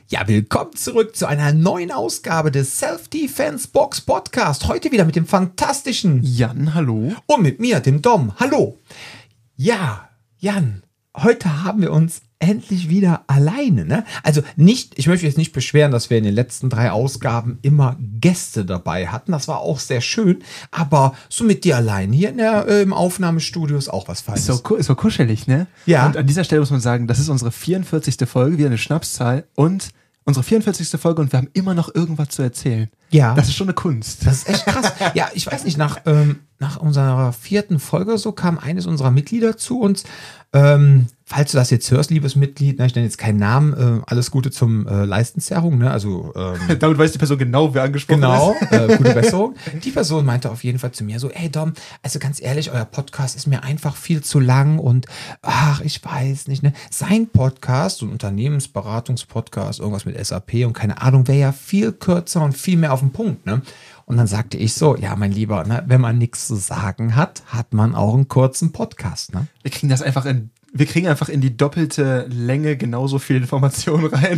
Ja, willkommen zurück zu einer neuen Ausgabe des Self-Defense Box Podcast. Heute wieder mit dem fantastischen Jan, hallo. Und mit mir, dem Dom. Hallo. Ja, Jan, heute haben wir uns endlich wieder alleine, ne? Also nicht, ich möchte jetzt nicht beschweren, dass wir in den letzten 3 Ausgaben immer Gäste dabei hatten. Das war auch sehr schön. Aber so mit dir allein hier im Aufnahmestudio ist auch was Feines. Ist so kuschelig, ne? Ja. Und an dieser Stelle muss man sagen, das ist unsere 44. Folge, wieder eine Schnapszahl und unsere 44. Folge und wir haben immer noch irgendwas zu erzählen. Ja. Das ist schon eine Kunst. Das ist echt krass. Ja, ich weiß nicht, nach unserer 4. Folge so kam eines unserer Mitglieder zu uns. Falls du das jetzt hörst, liebes Mitglied, ne, ich nenne jetzt keinen Namen, alles Gute zum Leistenszerrung, ne? Also damit weiß die Person genau, wer angesprochen ist. Genau, gute Besserung. Die Person meinte auf jeden Fall zu mir so, ey Dom, also ganz ehrlich, euer Podcast ist mir einfach viel zu lang und ach, ich weiß nicht, ne? Sein Podcast, so ein Unternehmensberatungspodcast, irgendwas mit SAP und keine Ahnung, wäre ja viel kürzer und viel mehr auf den Punkt, ne? Und dann sagte ich so, ja, mein Lieber, ne, wenn man nichts zu sagen hat, hat man auch einen kurzen Podcast, ne? Wir kriegen einfach in die doppelte Länge genauso viel Information rein.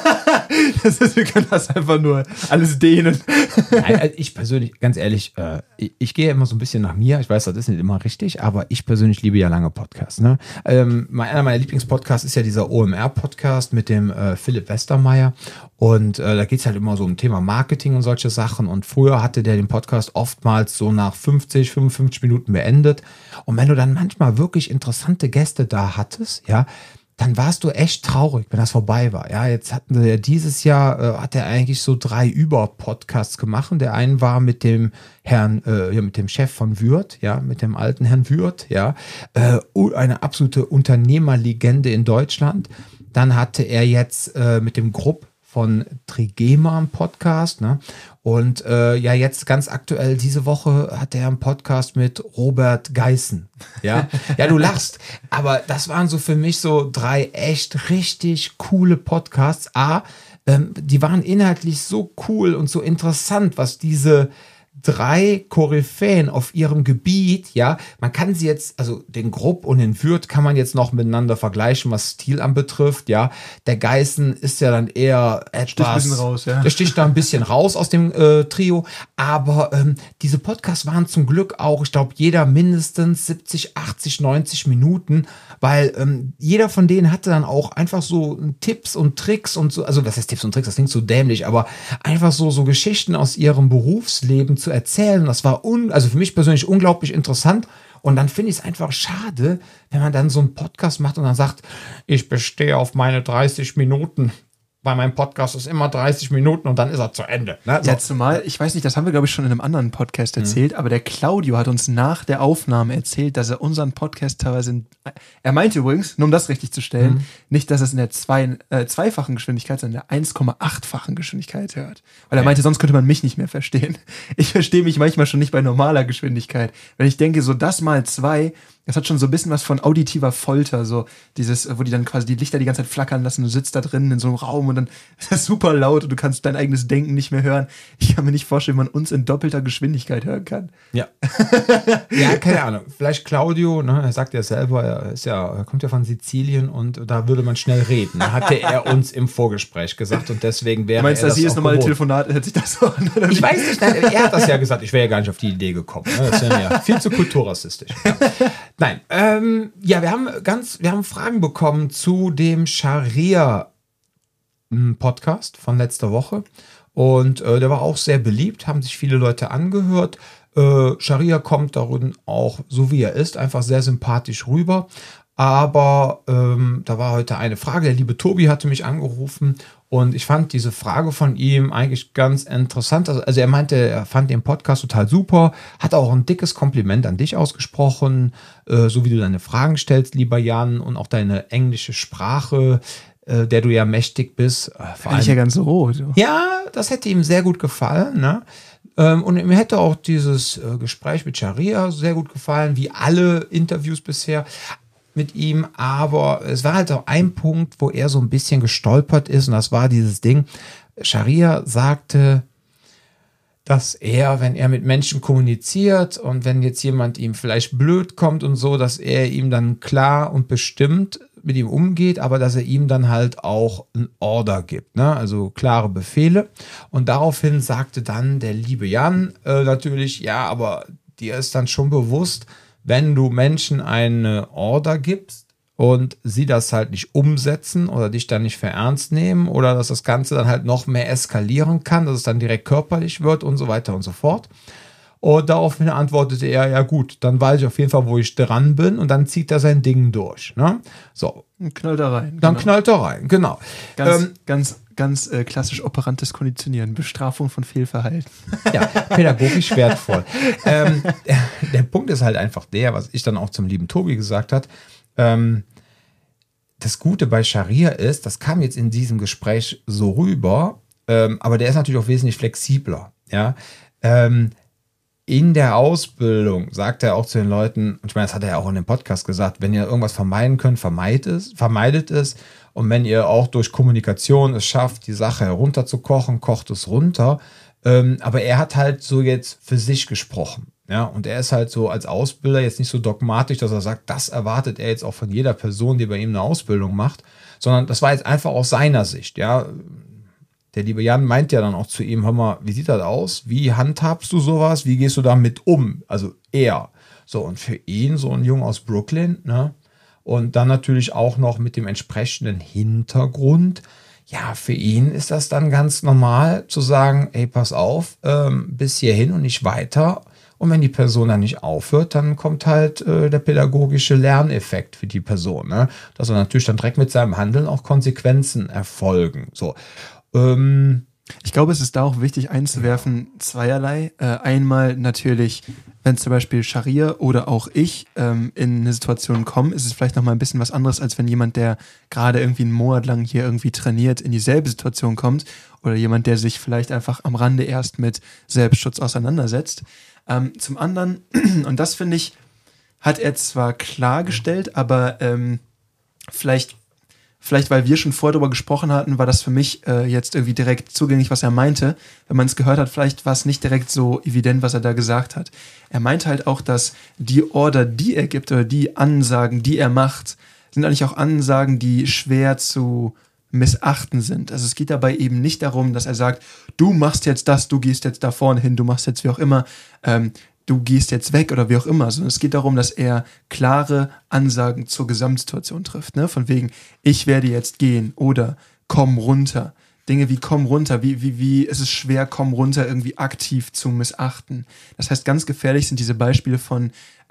Wir können das einfach nur alles dehnen. Nein, also ich persönlich, ganz ehrlich, ich gehe immer so ein bisschen nach mir. Ich weiß, das ist nicht immer richtig, aber ich persönlich liebe ja lange Podcasts. Ne? Einer meiner Lieblingspodcasts ist ja dieser OMR-Podcast mit dem Philipp Westermeier. Und da geht es halt immer so um Thema Marketing und solche Sachen. Und früher hatte der den Podcast oftmals so nach 50, 55 Minuten beendet. Und wenn du dann manchmal wirklich interessante Gäste da hattest, ja, dann warst du echt traurig, wenn das vorbei war. Ja, jetzt hatten wir dieses Jahr, hat er eigentlich so 3 Über-Podcasts gemacht. Der eine war mit dem Herrn, mit dem Chef von Würth, ja, mit dem alten Herrn Würth, ja, eine absolute Unternehmerlegende in Deutschland. Dann hatte er jetzt mit dem Grupp von Trigema einen Podcast, ne? Und ja, jetzt ganz aktuell diese Woche hat er einen Podcast mit Robert Geissen. Ja, ja, du lachst. Aber das waren so für mich so 3 echt richtig coole Podcasts. Die waren inhaltlich so cool und so interessant, was diese 3 Koryphäen auf ihrem Gebiet, ja, man kann sie jetzt, also den Grupp und den Würth kann man jetzt noch miteinander vergleichen, was Stil anbetrifft, ja. Der Geissen ist ja dann eher etwas, der sticht da ein bisschen raus aus dem Trio, aber diese Podcasts waren zum Glück auch, ich glaube, jeder mindestens 70, 80, 90 Minuten, weil jeder von denen hatte dann auch einfach so Tipps und Tricks und so, also was heißt Tipps und Tricks, das klingt so dämlich, aber einfach so Geschichten aus ihrem Berufsleben zu erzählen. Das war also für mich persönlich unglaublich interessant. Und dann finde ich es einfach schade, wenn man dann so einen Podcast macht und dann sagt, ich bestehe auf meine 30 Minuten. Weil mein Podcast ist immer 30 Minuten und dann ist er zu Ende. Ne? So. Ja, zumal, ich weiß nicht, das haben wir, glaube ich, schon in einem anderen Podcast erzählt, aber der Claudio hat uns nach der Aufnahme erzählt, dass er unseren Podcast teilweise er meinte übrigens, nur um das richtig zu stellen, nicht, dass er es in der zweifachen Geschwindigkeit, sondern in der 1,8-fachen Geschwindigkeit hört. Weil er meinte, sonst könnte man mich nicht mehr verstehen. Ich verstehe mich manchmal schon nicht bei normaler Geschwindigkeit. Wenn ich denke, so das mal 2, das hat schon so ein bisschen was von auditiver Folter, so dieses, wo die dann quasi die Lichter die ganze Zeit flackern lassen, du sitzt da drin in so einem Raum und dann ist das super laut und du kannst dein eigenes Denken nicht mehr hören. Ich kann mir nicht vorstellen, wie man uns in doppelter Geschwindigkeit hören kann. Ja. Ja, keine Ahnung. Vielleicht Claudio, ne, er sagt ja selber, er kommt ja von Sizilien und da würde man schnell reden. Hatte er uns im Vorgespräch gesagt und deswegen wäre meinst, er dass das jedes normale Telefonat hört sich das so an? Ich weiß nicht, nein, er hat das ja gesagt, ich wäre ja gar nicht auf die Idee gekommen. Ne? Das wäre ja viel zu kulturrassistisch. Ja. Nein, ja, wir haben Fragen bekommen zu dem Scharia-Podcast von letzter Woche und der war auch sehr beliebt, haben sich viele Leute angehört. Scharia kommt darin auch, so wie er ist, einfach sehr sympathisch rüber. Aber da war heute eine Frage, der liebe Tobi hatte mich angerufen und ich fand diese Frage von ihm eigentlich ganz interessant. Also er meinte, er fand den Podcast total super, hat auch ein dickes Kompliment an dich ausgesprochen, so wie du deine Fragen stellst, lieber Jan, und auch deine englische Sprache, der du ja mächtig bist. Vor allem, ich ja ganz rot. Ja, das hätte ihm sehr gut gefallen, ne? Und mir hätte auch dieses Gespräch mit Scharia sehr gut gefallen, wie alle Interviews bisher mit ihm, aber es war halt auch ein Punkt, wo er so ein bisschen gestolpert ist und das war dieses Ding, Scharia sagte, dass er, wenn er mit Menschen kommuniziert und wenn jetzt jemand ihm vielleicht blöd kommt und so, dass er ihm dann klar und bestimmt mit ihm umgeht, aber dass er ihm dann halt auch ein Order gibt, ne? Also klare Befehle. Und daraufhin sagte dann der liebe Jan natürlich, ja, aber dir ist dann schon bewusst, wenn du Menschen eine Order gibst und sie das halt nicht umsetzen oder dich dann nicht für ernst nehmen oder dass das Ganze dann halt noch mehr eskalieren kann, dass es dann direkt körperlich wird und so weiter und so fort. Und daraufhin antwortete er, ja gut, dann weiß ich auf jeden Fall, wo ich dran bin und dann zieht er sein Ding durch. Ne? So. Und knallt er rein. Dann knallt er rein, genau. Ganz klassisch operantes Konditionieren, Bestrafung von Fehlverhalten. Ja, pädagogisch wertvoll. Der Punkt ist halt einfach der, was ich dann auch zum lieben Tobi gesagt habe, das Gute bei Scharia ist, das kam jetzt in diesem Gespräch so rüber, aber der ist natürlich auch wesentlich flexibler. Ja, in der Ausbildung sagt er auch zu den Leuten, und ich meine, das hat er ja auch in dem Podcast gesagt, wenn ihr irgendwas vermeiden könnt, vermeidet es. Und wenn ihr auch durch Kommunikation es schafft, die Sache herunterzukochen, kocht es runter. Aber er hat halt so jetzt für sich gesprochen. Ja, und er ist halt so als Ausbilder jetzt nicht so dogmatisch, dass er sagt, das erwartet er jetzt auch von jeder Person, die bei ihm eine Ausbildung macht, sondern das war jetzt einfach aus seiner Sicht, ja. Der liebe Jan meint ja dann auch zu ihm, hör mal, wie sieht das aus? Wie handhabst du sowas? Wie gehst du damit um? Also er. So, und für ihn, so ein Junge aus Brooklyn, ne? Und dann natürlich auch noch mit dem entsprechenden Hintergrund. Ja, für ihn ist das dann ganz normal zu sagen, ey, pass auf, bis hierhin und nicht weiter. Und wenn die Person dann nicht aufhört, dann kommt halt der pädagogische Lerneffekt für die Person, ne? Dass er natürlich dann direkt mit seinem Handeln auch Konsequenzen erfolgen. So. Ich glaube, es ist da auch wichtig einzuwerfen, zweierlei. Einmal natürlich, wenn zum Beispiel Scharia oder auch ich in eine Situation kommen, ist es vielleicht nochmal ein bisschen was anderes, als wenn jemand, der gerade irgendwie einen Monat lang hier irgendwie trainiert, in dieselbe Situation kommt oder jemand, der sich vielleicht einfach am Rande erst mit Selbstschutz auseinandersetzt. Zum anderen, und das finde ich, hat er zwar klargestellt, aber vielleicht, weil wir schon vorher darüber gesprochen hatten, war das für mich jetzt irgendwie direkt zugänglich, was er meinte. Wenn man es gehört hat, vielleicht war es nicht direkt so evident, was er da gesagt hat. Er meinte halt auch, dass die Order, die er gibt oder die Ansagen, die er macht, sind eigentlich auch Ansagen, die schwer zu missachten sind. Also es geht dabei eben nicht darum, dass er sagt, du machst jetzt das, du gehst jetzt da vorne hin, du machst jetzt wie auch immer, du gehst jetzt weg oder wie auch immer, sondern es geht darum, dass er klare Ansagen zur Gesamtsituation trifft, ne? Von wegen, ich werde jetzt gehen oder komm runter. Dinge wie komm runter, wie es ist schwer, komm runter irgendwie aktiv zu missachten. Das heißt, ganz gefährlich sind diese Beispiele von,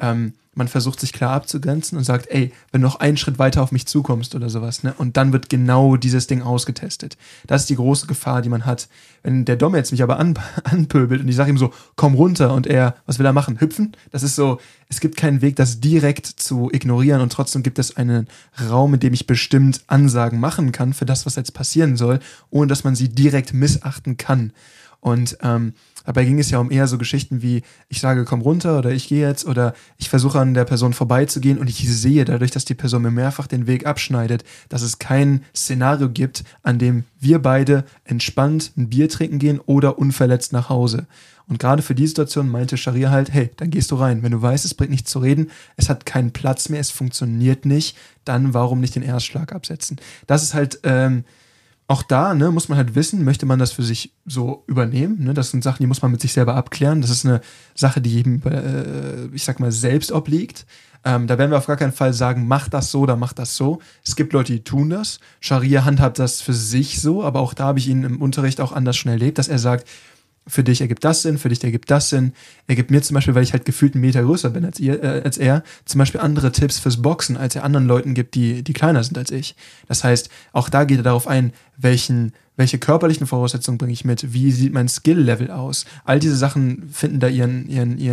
man versucht sich klar abzugrenzen und sagt, ey, wenn du noch einen Schritt weiter auf mich zukommst oder sowas, ne? Und dann wird genau dieses Ding ausgetestet. Das ist die große Gefahr, die man hat. Wenn der Dom jetzt mich aber anpöbelt und ich sage ihm so, komm runter und er, was will er machen? Hüpfen? Das ist so, es gibt keinen Weg, das direkt zu ignorieren und trotzdem gibt es einen Raum, in dem ich bestimmt Ansagen machen kann für das, was jetzt passieren soll, ohne dass man sie direkt missachten kann. Und dabei ging es ja um eher so Geschichten wie, ich sage, komm runter oder ich gehe jetzt oder ich versuche an der Person vorbeizugehen und ich sehe dadurch, dass die Person mir mehrfach den Weg abschneidet, dass es kein Szenario gibt, an dem wir beide entspannt ein Bier trinken gehen oder unverletzt nach Hause. Und gerade für die Situation meinte Scharia halt, hey, dann gehst du rein. Wenn du weißt, es bringt nichts zu reden, es hat keinen Platz mehr, es funktioniert nicht, dann warum nicht den Erstschlag absetzen? Das ist halt auch da, ne, muss man halt wissen, möchte man das für sich so übernehmen, ne? Das sind Sachen, die muss man mit sich selber abklären. Das ist eine Sache, die jedem, ich sag mal, selbst obliegt. Da werden wir auf gar keinen Fall sagen, mach das so oder mach das so. Es gibt Leute, die tun das. Scharia handhabt das für sich so, aber auch da habe ich ihn im Unterricht auch anders schon erlebt, dass er sagt, für dich ergibt das Sinn, für dich ergibt das Sinn. Er gibt mir zum Beispiel, weil ich halt gefühlt einen Meter größer bin als er, zum Beispiel andere Tipps fürs Boxen, als er anderen Leuten gibt, die kleiner sind als ich. Das heißt, auch da geht er darauf ein, welche körperlichen Voraussetzungen bringe ich mit, wie sieht mein Skill-Level aus. All diese Sachen finden da ihren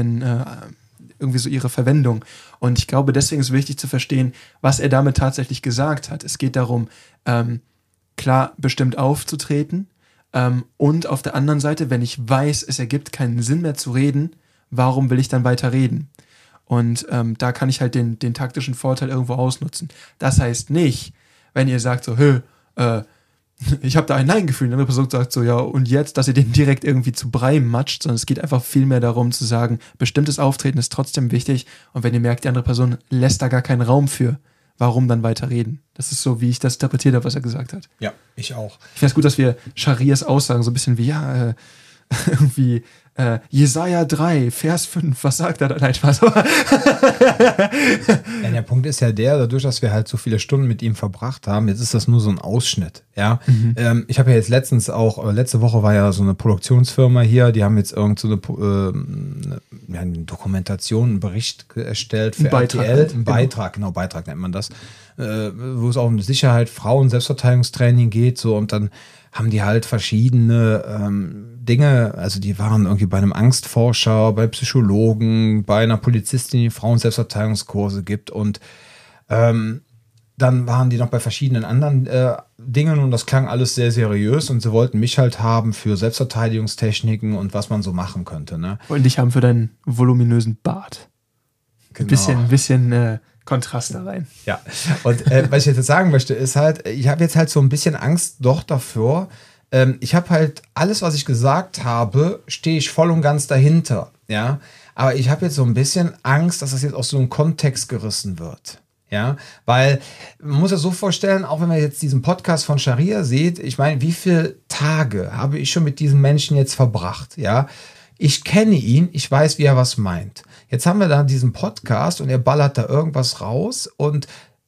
irgendwie so ihre Verwendung. Und ich glaube, deswegen ist es wichtig zu verstehen, was er damit tatsächlich gesagt hat. Es geht darum, klar bestimmt aufzutreten, und auf der anderen Seite, wenn ich weiß, es ergibt keinen Sinn mehr zu reden, warum will ich dann weiter reden? Und da kann ich halt den taktischen Vorteil irgendwo ausnutzen. Das heißt nicht, wenn ihr sagt so, ich habe da ein Nein-Gefühl, und eine Person sagt so, ja, und jetzt, dass ihr den direkt irgendwie zu Brei matscht, sondern es geht einfach viel mehr darum zu sagen, bestimmtes Auftreten ist trotzdem wichtig und wenn ihr merkt, die andere Person lässt da gar keinen Raum für, warum dann weiter reden? Das ist so, wie ich das interpretiert habe, was er gesagt hat. Ja, ich auch. Ich finde es gut, dass wir Scharias Aussagen so ein bisschen wie, irgendwie Jesaja 3, Vers 5, was sagt er da? Nein, Spaß. Ja, der Punkt ist ja dadurch, dass wir halt so viele Stunden mit ihm verbracht haben, jetzt ist das nur so ein Ausschnitt. Ja? Ich habe ja jetzt letzte Woche war ja so eine Produktionsfirma hier, die haben jetzt irgend so eine Dokumentation, einen Bericht erstellt für RTL. Ein Beitrag, genau, Beitrag nennt man das, wo es auch um Sicherheit, Frauen, Selbstverteidigungstraining geht, so, und dann haben die halt verschiedene Dinge, also die waren irgendwie bei einem Angstforscher, bei Psychologen, bei einer Polizistin, die Frauen-Selbstverteidigungskurse gibt, und dann waren die noch bei verschiedenen anderen Dingen, und das klang alles sehr seriös, und sie wollten mich halt haben für Selbstverteidigungstechniken und was man so machen könnte. Ne? Wollten dich haben für deinen voluminösen Bart. Genau. Ein bisschen Kontrast da rein. Ja, und was ich jetzt sagen möchte, ist halt, ich habe jetzt halt so ein bisschen Angst doch davor. Ich habe halt alles, was ich gesagt habe, stehe ich voll und ganz dahinter. Ja, aber ich habe jetzt so ein bisschen Angst, dass das jetzt aus so einem Kontext gerissen wird. Ja, weil man muss ja so vorstellen, auch wenn man jetzt diesen Podcast von Scharia sieht, ich meine, wie viele Tage habe ich schon mit diesem Menschen jetzt verbracht? Ja, ich kenne ihn, ich weiß, wie er was meint. Jetzt haben wir da diesen Podcast und er ballert da irgendwas raus und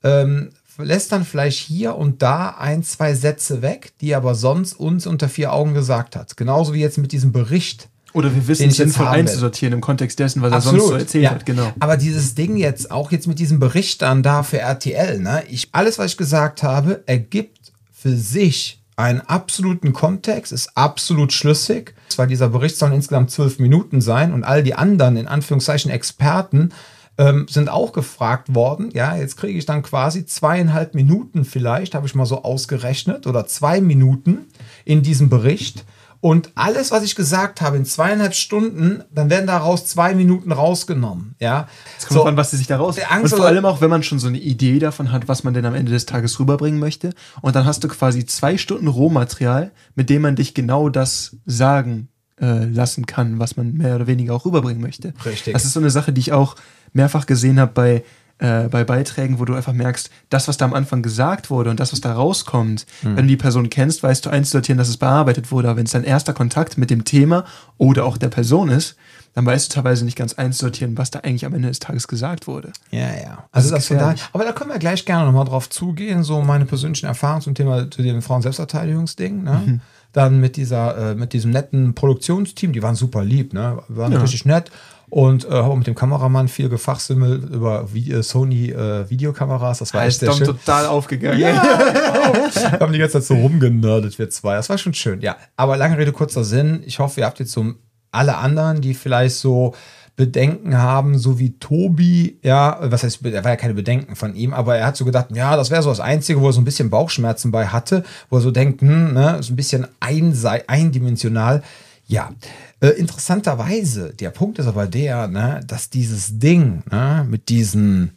lässt dann vielleicht hier und da 1, 2 Sätze weg, die er aber sonst uns unter 4 Augen gesagt hat. Genauso wie jetzt mit diesem Bericht. Oder wir wissen es sinnvoll einzusortieren im Kontext dessen, was er sonst so erzählt hat. Genau. Aber dieses Ding jetzt, auch jetzt mit diesem Bericht dann da für RTL, ne? Alles, was ich gesagt habe, ergibt für sich einen absoluten Kontext, ist absolut schlüssig, weil dieser Bericht soll insgesamt 12 Minuten sein und all die anderen, in Anführungszeichen Experten, sind auch gefragt worden. Ja, jetzt kriege ich dann quasi 2,5 Minuten vielleicht, habe ich mal so ausgerechnet, oder 2 Minuten in diesem Bericht. Und alles, was ich gesagt habe in 2,5 Stunden, dann werden daraus 2 Minuten rausgenommen. Ja, es kommt an, was sie sich daraus. Und vor allem auch, wenn man schon so eine Idee davon hat, was man denn am Ende des Tages rüberbringen möchte. Und dann hast du quasi 2 Stunden Rohmaterial, mit dem man dich genau das sagen lassen kann, was man mehr oder weniger auch rüberbringen möchte. Richtig. Das ist so eine Sache, die ich auch mehrfach gesehen habe bei Beiträgen, wo du einfach merkst, das, was da am Anfang gesagt wurde und das, was da rauskommt, wenn du die Person kennst, weißt du einzusortieren, dass es bearbeitet wurde. Aber wenn es dein erster Kontakt mit dem Thema oder auch der Person ist, dann weißt du teilweise nicht ganz einzusortieren, was da eigentlich am Ende des Tages gesagt wurde. Ja, ja. Also das von da, aber da können wir gleich gerne nochmal drauf zugehen, so meine persönlichen Erfahrungen zum Thema, zu dem Frauen-Selbstverteidigungsding, ne? Dann mit diesem netten Produktionsteam, die waren super lieb, ne? Waren richtig nett. Und habe mit dem Kameramann viel gefachsimmelt über Sony Videokameras. Das war echt sehr schön. Total aufgegangen. Ja, genau. Wir haben die ganze Zeit so rumgenördet, wir zwei. Das war schon schön, ja. Aber lange Rede, kurzer Sinn. Ich hoffe, ihr habt jetzt so alle anderen, die vielleicht so Bedenken haben, so wie Tobi, ja, was heißt, er war ja keine Bedenken von ihm, aber er hat so gedacht, ja, das wäre so das Einzige, wo er so ein bisschen Bauchschmerzen bei hatte, wo er so denkt, ne, so ein bisschen eindimensional. Ja, interessanterweise, der Punkt ist aber der, ne, dass dieses Ding, ne, mit diesen,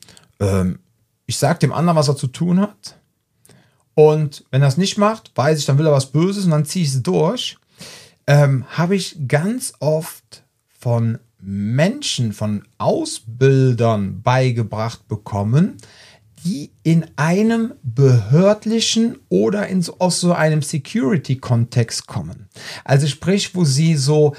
ich sag dem anderen, was er zu tun hat, und wenn er es nicht macht, weiß ich, dann will er was Böses und dann ziehe ich es durch, habe ich ganz oft von Menschen, von Ausbildern beigebracht bekommen, die in einem behördlichen oder aus so einem Security-Kontext kommen. Also sprich, wo sie so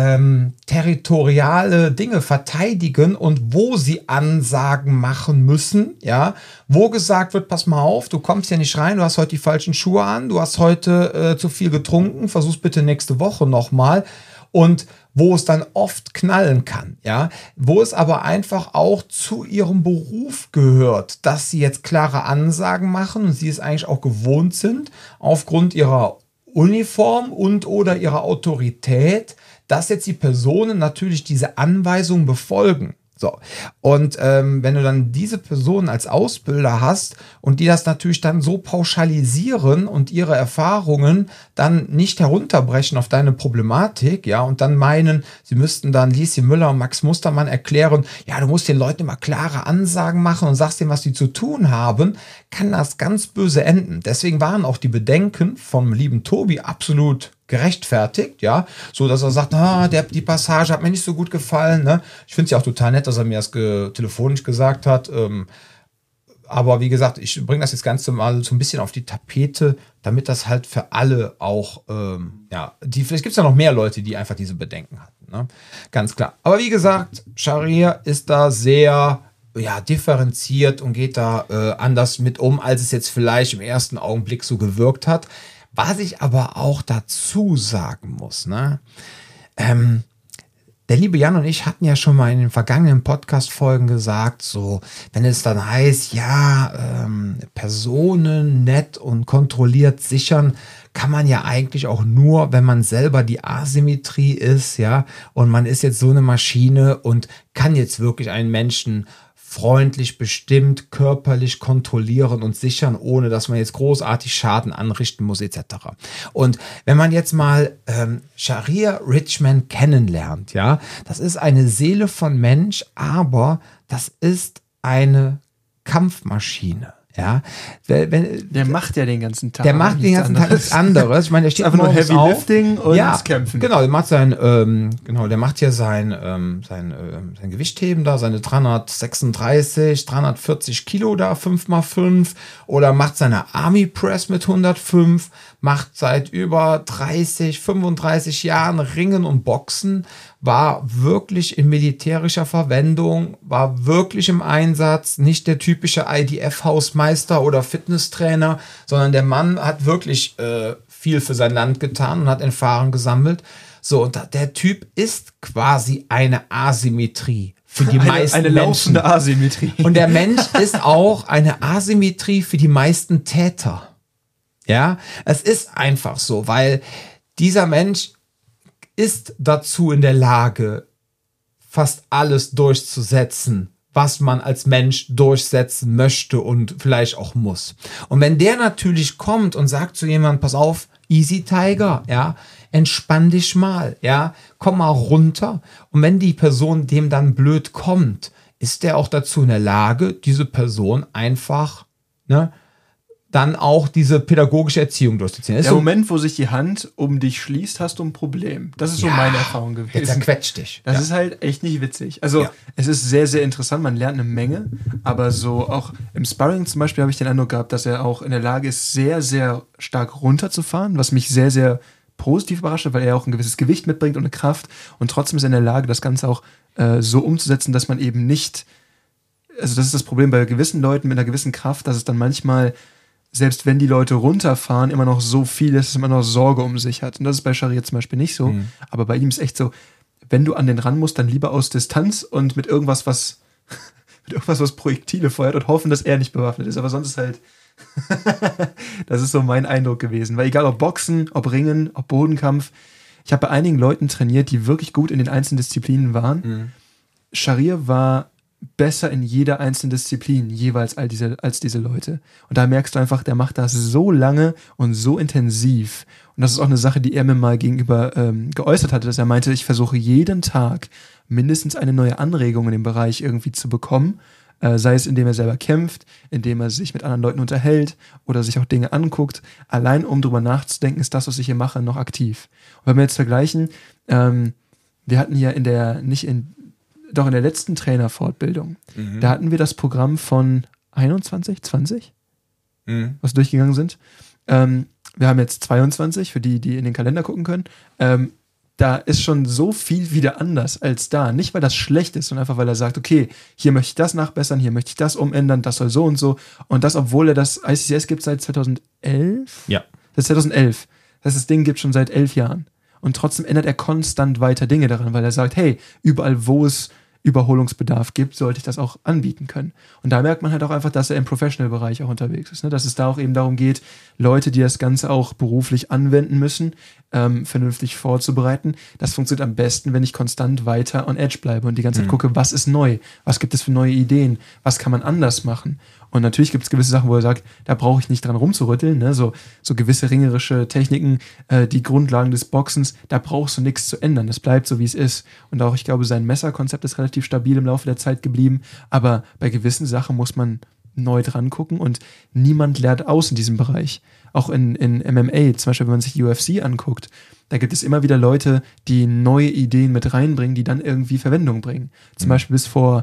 territoriale Dinge verteidigen und wo sie Ansagen machen müssen, ja, wo gesagt wird, pass mal auf, du kommst ja nicht rein, du hast heute die falschen Schuhe an, du hast heute zu viel getrunken, versuch's bitte nächste Woche nochmal. Und wo es dann oft knallen kann, ja, wo es aber einfach auch zu ihrem Beruf gehört, dass sie jetzt klare Ansagen machen und sie es eigentlich auch gewohnt sind, aufgrund ihrer Uniform und oder ihrer Autorität, dass jetzt die Personen natürlich diese Anweisungen befolgen. So, und wenn du dann diese Personen als Ausbilder hast und die das natürlich dann so pauschalisieren und ihre Erfahrungen dann nicht herunterbrechen auf deine Problematik, ja, und dann meinen, sie müssten dann Lieschen Müller und Max Mustermann erklären, ja, du musst den Leuten immer klare Ansagen machen und sagst denen, was sie zu tun haben, kann das ganz böse enden. Deswegen waren auch die Bedenken vom lieben Tobi absolut gerechtfertigt, ja, so dass er sagt, die Passage hat mir nicht so gut gefallen, ne? Ich finde es ja auch total nett, dass er mir das telefonisch gesagt hat, aber wie gesagt, ich bringe das jetzt Ganze mal so ein bisschen auf die Tapete, damit das halt für alle auch, vielleicht gibt es ja noch mehr Leute, die einfach diese Bedenken hatten. Ne? Ganz klar. Aber wie gesagt, Scharia ist da sehr differenziert und geht da anders mit um, als es jetzt vielleicht im ersten Augenblick so gewirkt hat. Was ich aber auch dazu sagen muss, ne? Der liebe Jan und ich hatten ja schon mal in den vergangenen Podcast-Folgen gesagt, so, wenn es dann heißt, Personen nett und kontrolliert sichern, kann man ja eigentlich auch nur, wenn man selber die Asymmetrie ist, ja, und man ist jetzt so eine Maschine und kann jetzt wirklich einen Menschen freundlich, bestimmt, körperlich kontrollieren und sichern, ohne dass man jetzt großartig Schaden anrichten muss, etc. Und wenn man jetzt mal Sharia Richman kennenlernt, ja, das ist eine Seele von Mensch, aber das ist eine Kampfmaschine. Ja, der macht ja den ganzen Tag. Der macht den ganzen Tag nichts anderes. Ich meine, der steht einfach nur Heavy Lifting und Kämpfen. Genau, der macht der macht ja sein Gewichtheben da, seine 336, 340 Kilo da, 5x5 oder macht seine Army Press mit 105, macht seit über 30, 35 Jahren Ringen und Boxen, war wirklich in militärischer Verwendung, war wirklich im Einsatz, nicht der typische IDF-Hausmeister oder Fitnesstrainer, sondern der Mann hat wirklich viel für sein Land getan und hat Erfahrung gesammelt. So, und der Typ ist quasi eine Asymmetrie für die meisten eine Menschen. Laufende Asymmetrie. Und der Mensch ist auch eine Asymmetrie für die meisten Täter. Ja, es ist einfach so, weil dieser Mensch ist dazu in der Lage, fast alles durchzusetzen, was man als Mensch durchsetzen möchte und vielleicht auch muss. Und wenn der natürlich kommt und sagt zu jemandem, pass auf, easy Tiger, ja, entspann dich mal, ja, komm mal runter. Und wenn die Person dem dann blöd kommt, ist der auch dazu in der Lage, diese Person einfach, dann auch diese pädagogische Erziehung durchzuziehen. Der Moment, wo sich die Hand um dich schließt, hast du ein Problem. Das ist so meine Erfahrung gewesen. Der zerquetscht dich. Das ist halt echt nicht witzig. Also es ist sehr, sehr interessant, man lernt eine Menge, aber so auch im Sparring zum Beispiel habe ich den Eindruck gehabt, dass er auch in der Lage ist, sehr, sehr stark runterzufahren, was mich sehr, sehr positiv überrascht hat, weil er auch ein gewisses Gewicht mitbringt und eine Kraft und trotzdem ist er in der Lage, das Ganze auch so umzusetzen, dass man eben nicht, also das ist das Problem bei gewissen Leuten mit einer gewissen Kraft, dass es dann manchmal selbst wenn die Leute runterfahren, immer noch so viel ist, dass man noch Sorge um sich hat. Und das ist bei Sharia zum Beispiel nicht so. Aber bei ihm ist echt so, wenn du an den ran musst, dann lieber aus Distanz und mit irgendwas, was Projektile feuert und hoffen, dass er nicht bewaffnet ist. Aber sonst ist halt, das ist so mein Eindruck gewesen. Weil egal ob Boxen, ob Ringen, ob Bodenkampf, ich habe bei einigen Leuten trainiert, die wirklich gut in den einzelnen Disziplinen waren. Sharia war besser in jeder einzelnen Disziplin jeweils als diese Leute. Und da merkst du einfach, der macht das so lange und so intensiv. Und das ist auch eine Sache, die er mir mal gegenüber geäußert hatte, dass er meinte, ich versuche jeden Tag mindestens eine neue Anregung in dem Bereich irgendwie zu bekommen. Sei es, indem er selber kämpft, indem er sich mit anderen Leuten unterhält oder sich auch Dinge anguckt. Allein um drüber nachzudenken, ist das, was ich hier mache, noch aktiv. Und wenn wir jetzt vergleichen, wir hatten ja in der letzten Trainerfortbildung, da hatten wir das Programm von 21, 20, was durchgegangen sind. Wir haben jetzt 22, für die in den Kalender gucken können. Da ist schon so viel wieder anders als da. Nicht, weil das schlecht ist, sondern einfach, weil er sagt, okay, hier möchte ich das nachbessern, hier möchte ich das umändern, das soll so und so. Und das, obwohl er das ICCS gibt seit 2011? Ja. Das ist 2011. Das heißt, das Ding gibt schon seit 11 Jahren. Und trotzdem ändert er konstant weiter Dinge daran, weil er sagt, hey, überall, wo es Überholungsbedarf gibt, sollte ich das auch anbieten können. Und da merkt man halt auch einfach, dass er im Professional-Bereich auch unterwegs ist. Ne? Dass es da auch eben darum geht, Leute, die das Ganze auch beruflich anwenden müssen, vernünftig vorzubereiten. Das funktioniert am besten, wenn ich konstant weiter on edge bleibe und die ganze Zeit gucke, was ist neu? Was gibt es für neue Ideen? Was kann man anders machen? Und natürlich gibt es gewisse Sachen, wo er sagt, da brauche ich nicht dran rumzurütteln, ne? So gewisse ringerische Techniken, die Grundlagen des Boxens, da brauchst du nichts zu ändern. Das bleibt so, wie es ist. Und auch, ich glaube, sein Messerkonzept ist relativ stabil im Laufe der Zeit geblieben. Aber bei gewissen Sachen muss man neu dran gucken und niemand lernt aus in diesem Bereich. Auch in MMA, zum Beispiel, wenn man sich UFC anguckt, da gibt es immer wieder Leute, die neue Ideen mit reinbringen, die dann irgendwie Verwendung bringen. Zum Beispiel bis vor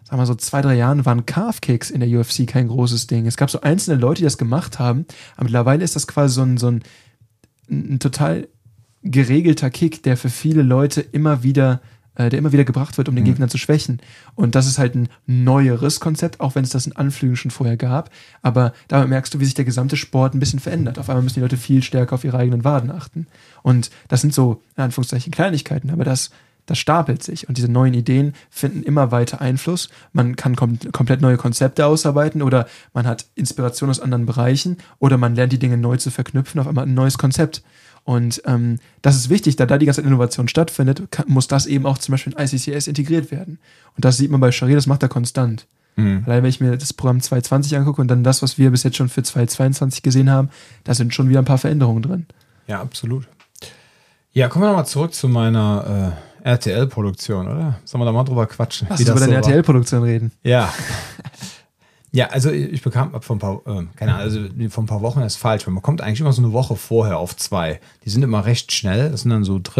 sagen wir mal so 2-3 Jahren, waren Calf-Kicks in der UFC kein großes Ding. Es gab so einzelne Leute, die das gemacht haben, aber mittlerweile ist das quasi so ein total geregelter Kick, der für viele Leute immer wieder gebracht wird, um den Gegner zu schwächen. Und das ist halt ein neueres Konzept, auch wenn es das in Anflügen schon vorher gab. Aber damit merkst du, wie sich der gesamte Sport ein bisschen verändert. Auf einmal müssen die Leute viel stärker auf ihre eigenen Waden achten. Und das sind so, in Anführungszeichen, Kleinigkeiten, aber das stapelt sich. Und diese neuen Ideen finden immer weiter Einfluss. Man kann komplett neue Konzepte ausarbeiten oder man hat Inspiration aus anderen Bereichen oder man lernt die Dinge neu zu verknüpfen, auf einmal ein neues Konzept. Und das ist wichtig, da die ganze Innovation stattfindet, muss das eben auch zum Beispiel in ICCS integriert werden. Und das sieht man bei Sharia, das macht er konstant. Allein wenn ich mir das Programm 2020 angucke und dann das, was wir bis jetzt schon für 2022 gesehen haben, da sind schon wieder ein paar Veränderungen drin. Ja, absolut. Ja, kommen wir nochmal zurück zu meiner RTL-Produktion, oder? Sollen wir da mal drüber quatschen? Lass uns über deine RTL-Produktion reden. Ja. Ja, also ich bekam vor ein paar Wochen ist falsch, weil man kommt eigentlich immer so eine Woche vorher auf 2. Die sind immer recht schnell. Das sind dann so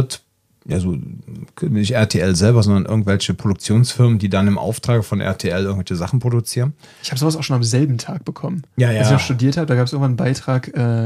nicht RTL selber, sondern irgendwelche Produktionsfirmen, die dann im Auftrag von RTL irgendwelche Sachen produzieren. Ich habe sowas auch schon am selben Tag bekommen. Ja. Als ich noch studiert habe, da gab es irgendwann einen Beitrag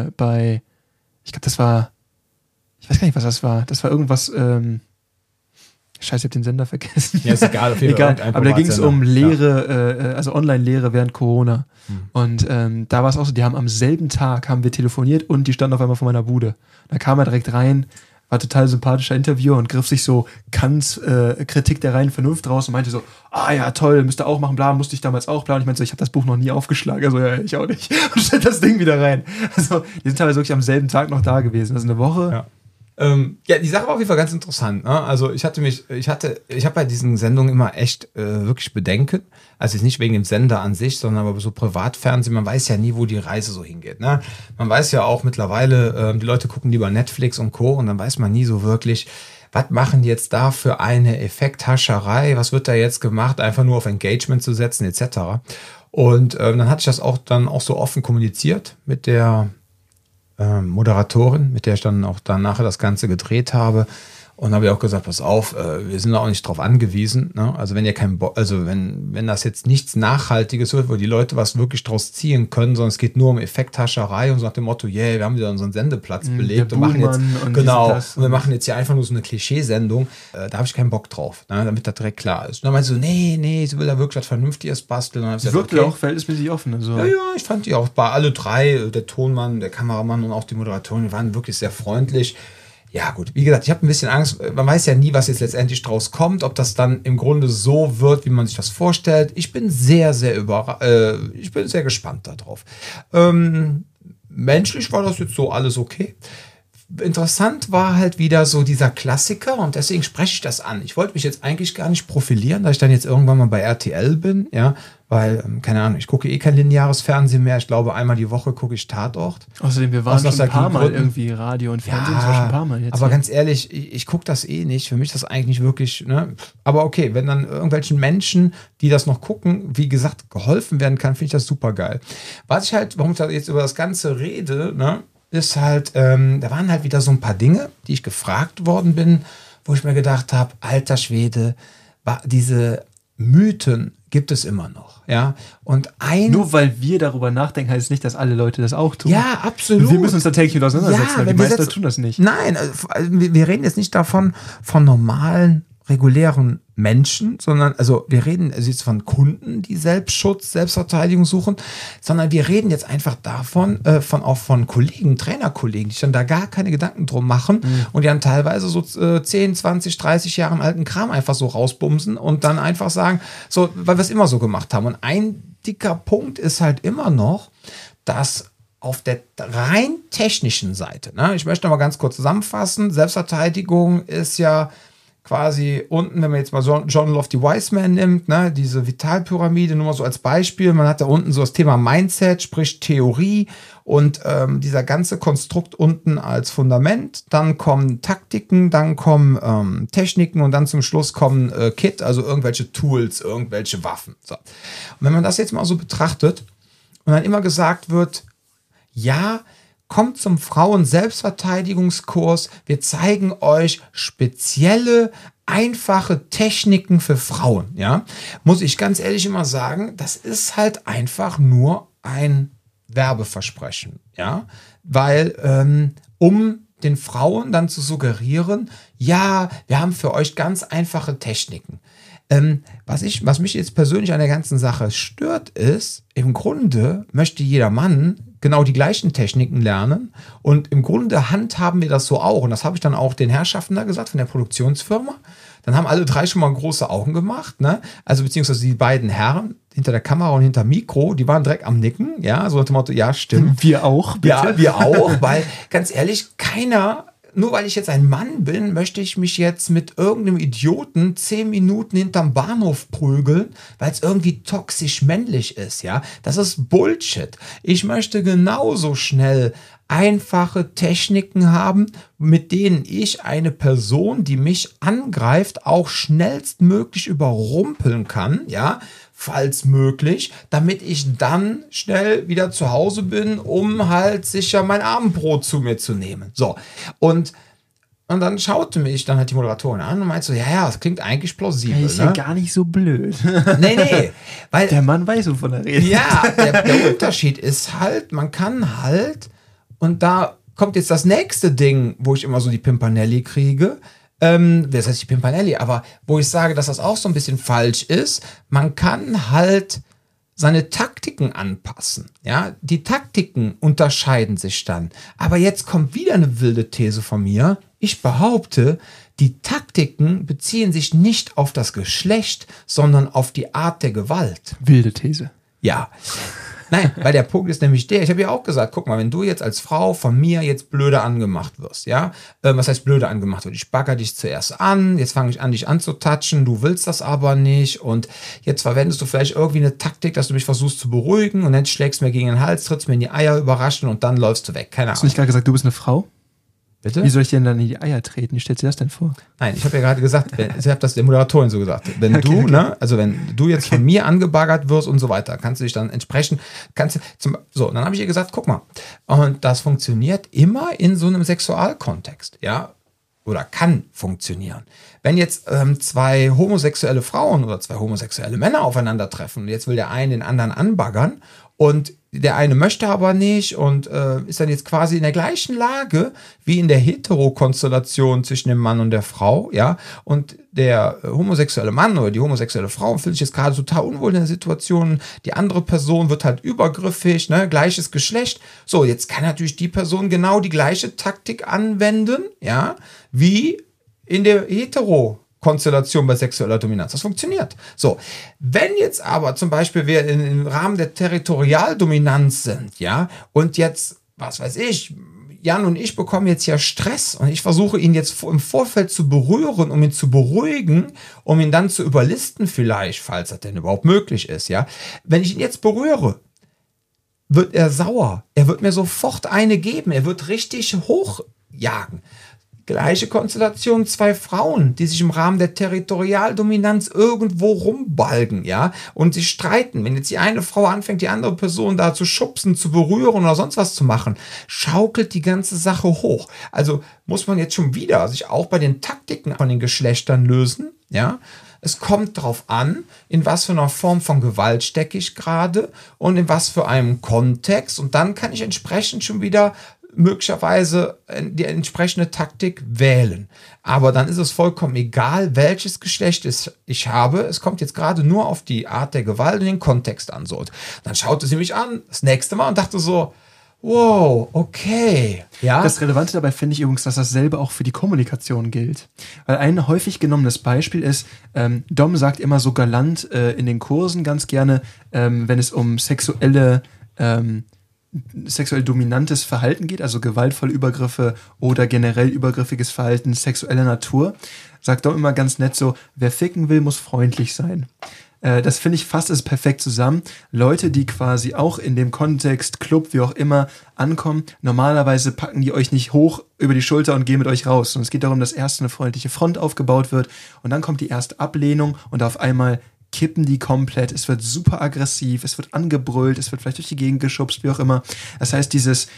ich glaube, das war, ich weiß gar nicht, was das war. Das war irgendwas, Scheiße, ich habe den Sender vergessen. Ja, ist egal. Auf jeden Fall. Aber da ging es um Lehre, also Online-Lehre während Corona. Und da war es auch so, die haben am selben Tag haben wir telefoniert und die standen auf einmal vor meiner Bude. Da kam er direkt rein, war total sympathischer Interviewer und griff sich so Kants Kritik der reinen Vernunft raus und meinte so, ja, toll, müsst ihr auch machen, bla, musste ich damals auch, bla. Und ich meinte so, ich habe das Buch noch nie aufgeschlagen. Also, ja, ich auch nicht. Und stellt das Ding wieder rein. Also, die sind teilweise wirklich am selben Tag noch da gewesen. Also eine Woche. Ja. Die Sache war auf jeden Fall ganz interessant. Ne? Also ich habe bei diesen Sendungen immer echt wirklich Bedenken. Also jetzt nicht wegen dem Sender an sich, sondern aber so Privatfernsehen. Man weiß ja nie, wo die Reise so hingeht. Ne? Man weiß ja auch mittlerweile, die Leute gucken lieber Netflix und Co. Und dann weiß man nie so wirklich, was machen die jetzt da für eine Effekthascherei? Was wird da jetzt gemacht? Einfach nur auf Engagement zu setzen etc. Und dann hatte ich das auch so offen kommuniziert mit der Moderatorin, mit der ich dann auch nachher das Ganze gedreht habe. Und habe ich auch gesagt, pass auf, wir sind da auch nicht drauf angewiesen. Ne? Also wenn ihr wenn das jetzt nichts Nachhaltiges wird, wo die Leute was wirklich draus ziehen können, sondern es geht nur um Effekthascherei und so nach dem Motto, wir haben wieder unseren Sendeplatz belegt und machen jetzt und wir machen jetzt hier einfach nur so eine Klischeesendung. Da habe ich keinen Bock drauf, ne? Damit das direkt klar ist. Und dann meinte sie so, nee, sie will da wirklich was Vernünftiges basteln. Sie wirkte auch verhältnismäßig offen. Also. Ja, ich fand die auch bei alle drei, der Tonmann, der Kameramann und auch die Moderatorin, die waren wirklich sehr freundlich. Ja gut, wie gesagt, ich habe ein bisschen Angst, man weiß ja nie, was jetzt letztendlich draus kommt, ob das dann im Grunde so wird, wie man sich das vorstellt. Ich bin sehr, sehr ich bin sehr gespannt darauf. Menschlich war das jetzt so alles okay. Interessant war halt wieder so dieser Klassiker und deswegen spreche ich das an. Ich wollte mich jetzt eigentlich gar nicht profilieren, dass ich dann jetzt irgendwann mal bei RTL bin, ja, weil, keine Ahnung, ich gucke kein lineares Fernsehen mehr. Ich glaube, einmal die Woche gucke ich Tatort. Außerdem, wir waren schon ein paar Mal irgendwie Radio und Fernsehen, das war schon ein paar Mal jetzt. Aber ganz ehrlich, ich gucke das nicht. Für mich ist das eigentlich nicht wirklich, ne? Aber okay, wenn dann irgendwelchen Menschen, die das noch gucken, wie gesagt, geholfen werden kann, finde ich das super geil. Warum ich da jetzt über das Ganze rede, ne? Ist halt, da waren halt wieder so ein paar Dinge, die ich gefragt worden bin, wo ich mir gedacht habe, alter Schwede, diese Mythen gibt es immer noch, ja. Und nur weil wir darüber nachdenken, heißt es nicht, dass alle Leute das auch tun. Ja, absolut. Wir müssen uns da täglich mit auseinandersetzen, aber die meisten Leute tun das nicht. Nein, wir reden jetzt nicht von normalen, regulären Menschen, sondern, wir reden jetzt von Kunden, die Selbstschutz, Selbstverteidigung suchen, sondern wir reden jetzt einfach davon, von Kollegen, Trainerkollegen, die sich dann da gar keine Gedanken drum machen und die dann teilweise so 10, 20, 30 Jahre alten Kram einfach so rausbumsen und dann einfach sagen, so, weil wir es immer so gemacht haben. Und ein dicker Punkt ist halt immer noch, dass auf der rein technischen Seite, ne, ich möchte noch mal ganz kurz zusammenfassen, Selbstverteidigung ist ja quasi unten, wenn man jetzt mal John Lofty Wiseman nimmt, ne, diese Vitalpyramide, nur mal so als Beispiel, man hat da unten so das Thema Mindset, sprich Theorie und dieser ganze Konstrukt unten als Fundament, dann kommen Taktiken, dann kommen Techniken und dann zum Schluss kommen Kit, also irgendwelche Tools, irgendwelche Waffen. So. Und wenn man das jetzt mal so betrachtet und dann immer gesagt wird, ja, kommt zum Frauen-Selbstverteidigungskurs. Wir zeigen euch spezielle einfache Techniken für Frauen, ja, muss ich ganz ehrlich immer sagen, das ist halt einfach nur ein Werbeversprechen, ja, weil um den Frauen dann zu suggerieren, ja, wir haben für euch ganz einfache Techniken. Was mich jetzt persönlich an der ganzen Sache stört, ist, im Grunde möchte jeder Mann genau die gleichen Techniken lernen und im Grunde handhaben wir das so auch. Und das habe ich dann auch den Herrschaften da gesagt von der Produktionsfirma. Dann haben alle drei schon mal große Augen gemacht, ne? Also beziehungsweise die beiden Herren hinter der Kamera und hinter Mikro, die waren direkt am Nicken, ja, so nach dem Motto, ja, stimmt. Wir auch, bitte. Ja, wir auch, weil ganz ehrlich, nur weil ich jetzt ein Mann bin, möchte ich mich jetzt mit irgendeinem Idioten 10 Minuten hinterm Bahnhof prügeln, weil es irgendwie toxisch männlich ist, ja. Das ist Bullshit. Ich möchte genauso schnell einfache Techniken haben, mit denen ich eine Person, die mich angreift, auch schnellstmöglich überrumpeln kann, ja, falls möglich, damit ich dann schnell wieder zu Hause bin, um halt sicher mein Abendbrot zu mir zu nehmen. So, und dann schaute mich dann halt die Moderatorin an und meinte so, ja, das klingt eigentlich plausibel. Ist ja gar nicht so blöd. Nee, weil der Mann weiß, wovon er redet. ja, der Unterschied ist halt, man kann halt, und da kommt jetzt das nächste Ding, wo ich immer so die Pimpanelli kriege, das heißt die Pimpanelli, aber wo ich sage, dass das auch so ein bisschen falsch ist, man kann halt seine Taktiken anpassen. Ja, die Taktiken unterscheiden sich dann. Aber jetzt kommt wieder eine wilde These von mir. Ich behaupte, die Taktiken beziehen sich nicht auf das Geschlecht, sondern auf die Art der Gewalt. Wilde These. Ja. Nein, weil der Punkt ist nämlich der, ich habe ja auch gesagt, guck mal, wenn du jetzt als Frau von mir jetzt blöde angemacht wirst, ja, was heißt blöde angemacht wird? Ich bagger dich zuerst an, jetzt fange ich an, dich anzutatschen, du willst das aber nicht und jetzt verwendest du vielleicht irgendwie eine Taktik, dass du mich versuchst zu beruhigen und dann schlägst du mir gegen den Hals, trittst mir in die Eier, überraschen und dann läufst du weg, keine Ahnung. Hast du nicht gerade gesagt, du bist eine Frau? Bitte? Wie soll ich dir denn dann in die Eier treten? Wie stellst du dir das denn vor? Nein, ich habe ja gerade gesagt, ich habe das der Moderatorin so gesagt. Wenn Okay, du, okay. ne, also wenn du jetzt von mir angebaggert wirst und so weiter, kannst du dich dann entsprechend, so, dann habe ich ihr gesagt, guck mal, und das funktioniert immer in so einem Sexualkontext, ja, oder kann funktionieren. Wenn jetzt zwei homosexuelle Frauen oder zwei homosexuelle Männer aufeinandertreffen und jetzt will der eine den anderen anbaggern und der eine möchte aber nicht und ist dann jetzt quasi in der gleichen Lage wie in der Hetero-Konstellation zwischen dem Mann und der Frau, ja, und der homosexuelle Mann oder die homosexuelle Frau fühlt sich jetzt gerade total unwohl in der Situation, die andere Person wird halt übergriffig, ne, gleiches Geschlecht, so, jetzt kann natürlich die Person genau die gleiche Taktik anwenden, ja, wie in der Hetero-Konstellation bei sexueller Dominanz. Das funktioniert. So, wenn jetzt aber zum Beispiel wir im Rahmen der Territorialdominanz sind, ja, und jetzt, was weiß ich, Jan und ich bekommen jetzt ja Stress und ich versuche ihn jetzt im Vorfeld zu berühren, um ihn zu beruhigen, um ihn dann zu überlisten vielleicht, falls das denn überhaupt möglich ist, ja. Wenn ich ihn jetzt berühre, wird er sauer. Er wird mir sofort eine geben. Er wird richtig hochjagen. Gleiche Konstellation, zwei Frauen, die sich im Rahmen der Territorialdominanz irgendwo rumbalgen, ja, und sich streiten. Wenn jetzt die eine Frau anfängt, die andere Person da zu schubsen, zu berühren oder sonst was zu machen, schaukelt die ganze Sache hoch. Also muss man jetzt schon wieder sich auch bei den Taktiken von den Geschlechtern lösen, ja. Es kommt darauf an, in was für einer Form von Gewalt stecke ich gerade und in was für einem Kontext. Und dann kann ich entsprechend schon wieder möglicherweise die entsprechende Taktik wählen. Aber dann ist es vollkommen egal, welches Geschlecht ich habe. Es kommt jetzt gerade nur auf die Art der Gewalt und den Kontext an. So. Dann schaute sie mich an, das nächste Mal, und dachte so, wow, okay. Ja? Das Relevante dabei finde ich übrigens, dass dasselbe auch für die Kommunikation gilt. Weil ein häufig genommenes Beispiel ist, Dom sagt immer so galant in den Kursen ganz gerne, wenn es um sexuell dominantes Verhalten geht, also gewaltvolle Übergriffe oder generell übergriffiges Verhalten sexueller Natur, sagt Dom immer ganz nett so, wer ficken will, muss freundlich sein. Das finde ich fasst es perfekt zusammen. Leute, die quasi auch in dem Kontext, Club, wie auch immer, ankommen, normalerweise packen die euch nicht hoch über die Schulter und gehen mit euch raus. Und es geht darum, dass erst eine freundliche Front aufgebaut wird und dann kommt die erste Ablehnung und auf einmal kippen die komplett. Es wird super aggressiv, es wird angebrüllt, es wird vielleicht durch die Gegend geschubst, wie auch immer. Das heißt,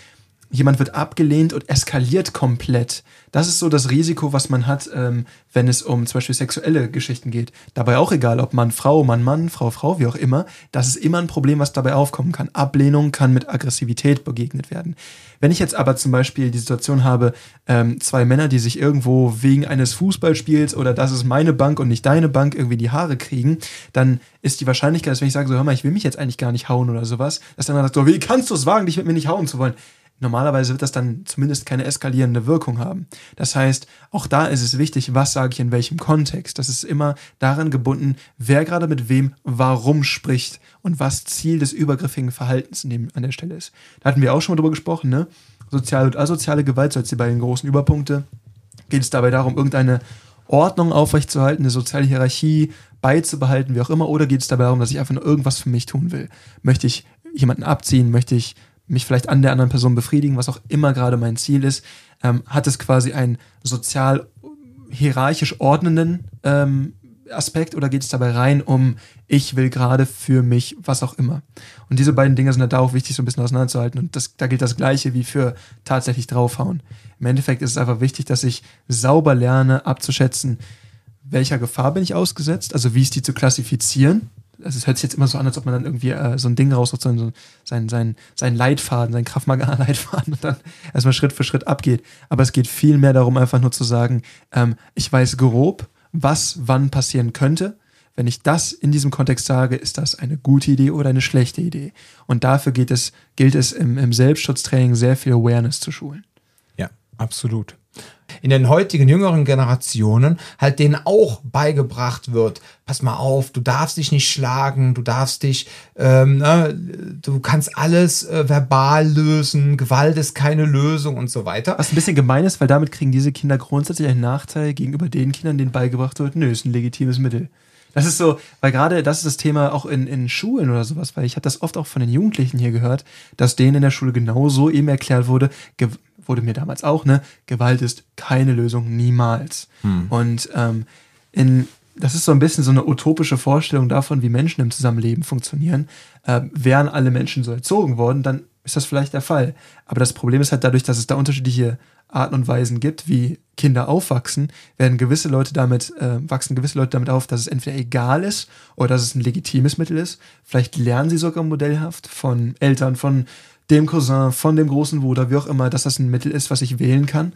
jemand wird abgelehnt und eskaliert komplett. Das ist so das Risiko, was man hat, wenn es um zum Beispiel sexuelle Geschichten geht. Dabei auch egal, ob Mann, Frau, Mann, Mann, Frau, Frau, wie auch immer. Das ist immer ein Problem, was dabei aufkommen kann. Ablehnung kann mit Aggressivität begegnet werden. Wenn ich jetzt aber zum Beispiel die Situation habe, zwei Männer, die sich irgendwo wegen eines Fußballspiels oder das ist meine Bank und nicht deine Bank irgendwie die Haare kriegen, dann ist die Wahrscheinlichkeit, dass wenn ich sage, so hör mal, ich will mich jetzt eigentlich gar nicht hauen oder sowas, dass dann sagt, so, wie kannst du es wagen, dich mit mir nicht hauen zu wollen? Normalerweise wird das dann zumindest keine eskalierende Wirkung haben. Das heißt, auch da ist es wichtig, was sage ich in welchem Kontext. Das ist immer daran gebunden, wer gerade mit wem warum spricht und was Ziel des übergriffigen Verhaltens an der Stelle ist. Da hatten wir auch schon mal drüber gesprochen, ne? Soziale und asoziale Gewalt, so als die beiden großen Überpunkte. Geht es dabei darum, irgendeine Ordnung aufrechtzuerhalten, eine soziale Hierarchie beizubehalten, wie auch immer, oder geht es dabei darum, dass ich einfach nur irgendwas für mich tun will? Möchte ich jemanden abziehen? Möchte ich mich vielleicht an der anderen Person befriedigen, was auch immer gerade mein Ziel ist? Hat es quasi einen sozial hierarchisch ordnenden Aspekt oder geht es dabei rein um, ich will gerade für mich, was auch immer? Und diese beiden Dinge sind halt da auch wichtig, so ein bisschen auseinanderzuhalten und da gilt das Gleiche wie für tatsächlich draufhauen. Im Endeffekt ist es einfach wichtig, dass ich sauber lerne, abzuschätzen, welcher Gefahr bin ich ausgesetzt, also wie ist die zu klassifizieren. Also es hört sich jetzt immer so an, als ob man dann irgendwie so ein Ding raussucht, so sein Leitfaden, sein Krav Maga-Leitfaden und dann erstmal Schritt für Schritt abgeht. Aber es geht viel mehr darum, einfach nur zu sagen, ich weiß grob, was wann passieren könnte. Wenn ich das in diesem Kontext sage, ist das eine gute Idee oder eine schlechte Idee. Und dafür gilt es im Selbstschutztraining sehr viel Awareness zu schulen. Ja, absolut. In den heutigen jüngeren Generationen halt denen auch beigebracht wird, pass mal auf, du darfst dich nicht schlagen, du darfst dich, du kannst alles verbal lösen, Gewalt ist keine Lösung und so weiter. Was ein bisschen gemein ist, weil damit kriegen diese Kinder grundsätzlich einen Nachteil gegenüber den Kindern, denen beigebracht wird, nö, ist ein legitimes Mittel. Das ist so, weil gerade das ist das Thema auch in Schulen oder sowas, weil ich habe das oft auch von den Jugendlichen hier gehört, dass denen in der Schule genauso eben erklärt wurde mir damals auch, ne, Gewalt ist keine Lösung, niemals. Und das ist so ein bisschen so eine utopische Vorstellung davon, wie Menschen im Zusammenleben funktionieren. Wären alle Menschen so erzogen worden, dann ist das vielleicht der Fall. Aber das Problem ist halt dadurch, dass es da unterschiedliche Arten und Weisen gibt, wie Kinder aufwachsen, wachsen gewisse Leute damit auf, dass es entweder egal ist oder dass es ein legitimes Mittel ist. Vielleicht lernen sie sogar modellhaft von Eltern, von dem Cousin, von dem großen Bruder, wie auch immer, dass das ein Mittel ist, was ich wählen kann.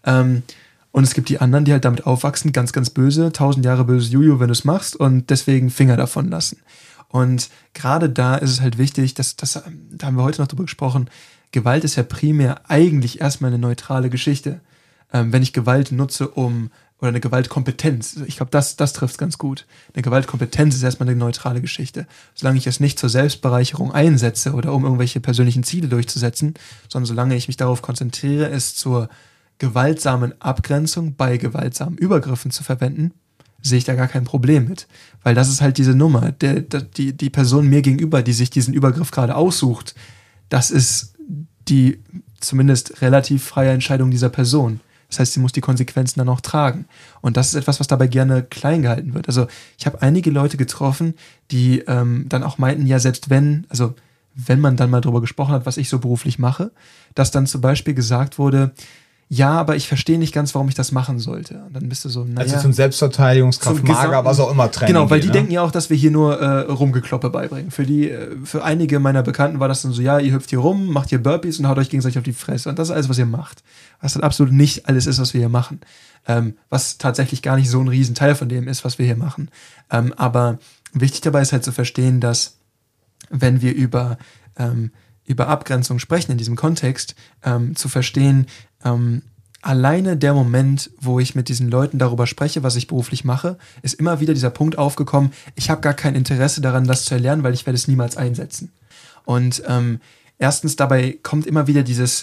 Und es gibt die anderen, die halt damit aufwachsen, ganz, ganz böse, 1000 Jahre böses Juju, wenn du es machst und deswegen Finger davon lassen. Und gerade da ist es halt wichtig, da haben wir heute noch drüber gesprochen, Gewalt ist ja primär eigentlich erstmal eine neutrale Geschichte. Wenn ich Gewalt nutze, oder eine Gewaltkompetenz. Ich glaube, das trifft es ganz gut. Eine Gewaltkompetenz ist erstmal eine neutrale Geschichte. Solange ich es nicht zur Selbstbereicherung einsetze oder um irgendwelche persönlichen Ziele durchzusetzen, sondern solange ich mich darauf konzentriere, es zur gewaltsamen Abgrenzung bei gewaltsamen Übergriffen zu verwenden, sehe ich da gar kein Problem mit. Weil das ist halt diese Nummer. Die Person mir gegenüber, die sich diesen Übergriff gerade aussucht, das ist die zumindest relativ freie Entscheidung dieser Person. Das heißt, sie muss die Konsequenzen dann auch tragen. Und das ist etwas, was dabei gerne klein gehalten wird. Also ich habe einige Leute getroffen, die dann auch meinten, ja, selbst wenn man dann mal drüber gesprochen hat, was ich so beruflich mache, dass dann zum Beispiel gesagt wurde, ja, aber ich verstehe nicht ganz, warum ich das machen sollte. Und dann bist du so, naja. Also zum Selbstverteidigungskraft, Mager, was auch immer Training. Genau, weil die denken ja auch, dass wir hier nur Rumgekloppe beibringen. Für einige meiner Bekannten war das dann so, ja, ihr hüpft hier rum, macht hier Burpees und haut euch gegenseitig auf die Fresse. Und das ist alles, was ihr macht. Was dann absolut nicht alles ist, was wir hier machen. Was tatsächlich gar nicht so ein Riesenteil von dem ist, was wir hier machen. Aber wichtig dabei ist halt zu verstehen, dass wenn wir über Abgrenzung sprechen in diesem Kontext, zu verstehen, alleine der Moment, wo ich mit diesen Leuten darüber spreche, was ich beruflich mache, ist immer wieder dieser Punkt aufgekommen, ich habe gar kein Interesse daran, das zu erlernen, weil ich werde es niemals einsetzen. Und erstens dabei kommt immer wieder dieses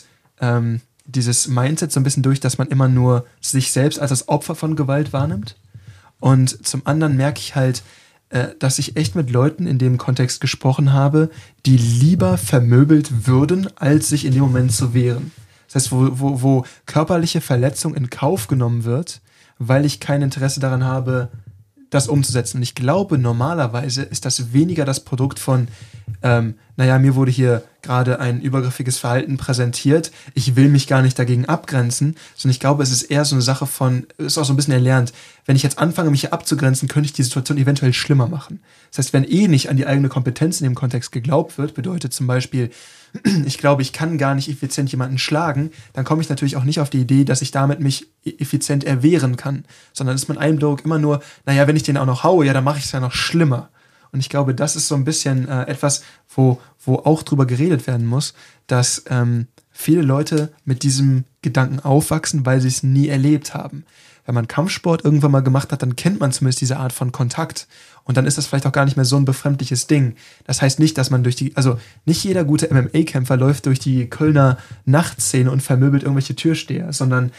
Mindset so ein bisschen durch, dass man immer nur sich selbst als das Opfer von Gewalt wahrnimmt. Und zum anderen merke ich halt, dass ich echt mit Leuten in dem Kontext gesprochen habe, die lieber vermöbelt würden, als sich in dem Moment zu wehren. Das heißt, wo körperliche Verletzung in Kauf genommen wird, weil ich kein Interesse daran habe, das umzusetzen. Und ich glaube, normalerweise ist das weniger das Produkt von naja, mir wurde hier gerade ein übergriffiges Verhalten präsentiert, ich will mich gar nicht dagegen abgrenzen, sondern ich glaube, es ist eher so eine Sache von, ist auch so ein bisschen erlernt, wenn ich jetzt anfange, mich hier abzugrenzen, könnte ich die Situation eventuell schlimmer machen. Das heißt, wenn nicht an die eigene Kompetenz in dem Kontext geglaubt wird, bedeutet zum Beispiel, ich glaube, ich kann gar nicht effizient jemanden schlagen, dann komme ich natürlich auch nicht auf die Idee, dass ich damit mich effizient erwehren kann, sondern ist mein Eindruck immer nur, naja, wenn ich den auch noch haue, ja, dann mache ich es ja noch schlimmer. Und ich glaube, das ist so ein bisschen etwas, wo auch drüber geredet werden muss, dass viele Leute mit diesem Gedanken aufwachsen, weil sie es nie erlebt haben. Wenn man Kampfsport irgendwann mal gemacht hat, dann kennt man zumindest diese Art von Kontakt. Und dann ist das vielleicht auch gar nicht mehr so ein befremdliches Ding. Das heißt nicht, dass man nicht jeder gute MMA-Kämpfer läuft durch die Kölner Nachtszene und vermöbelt irgendwelche Türsteher, sondern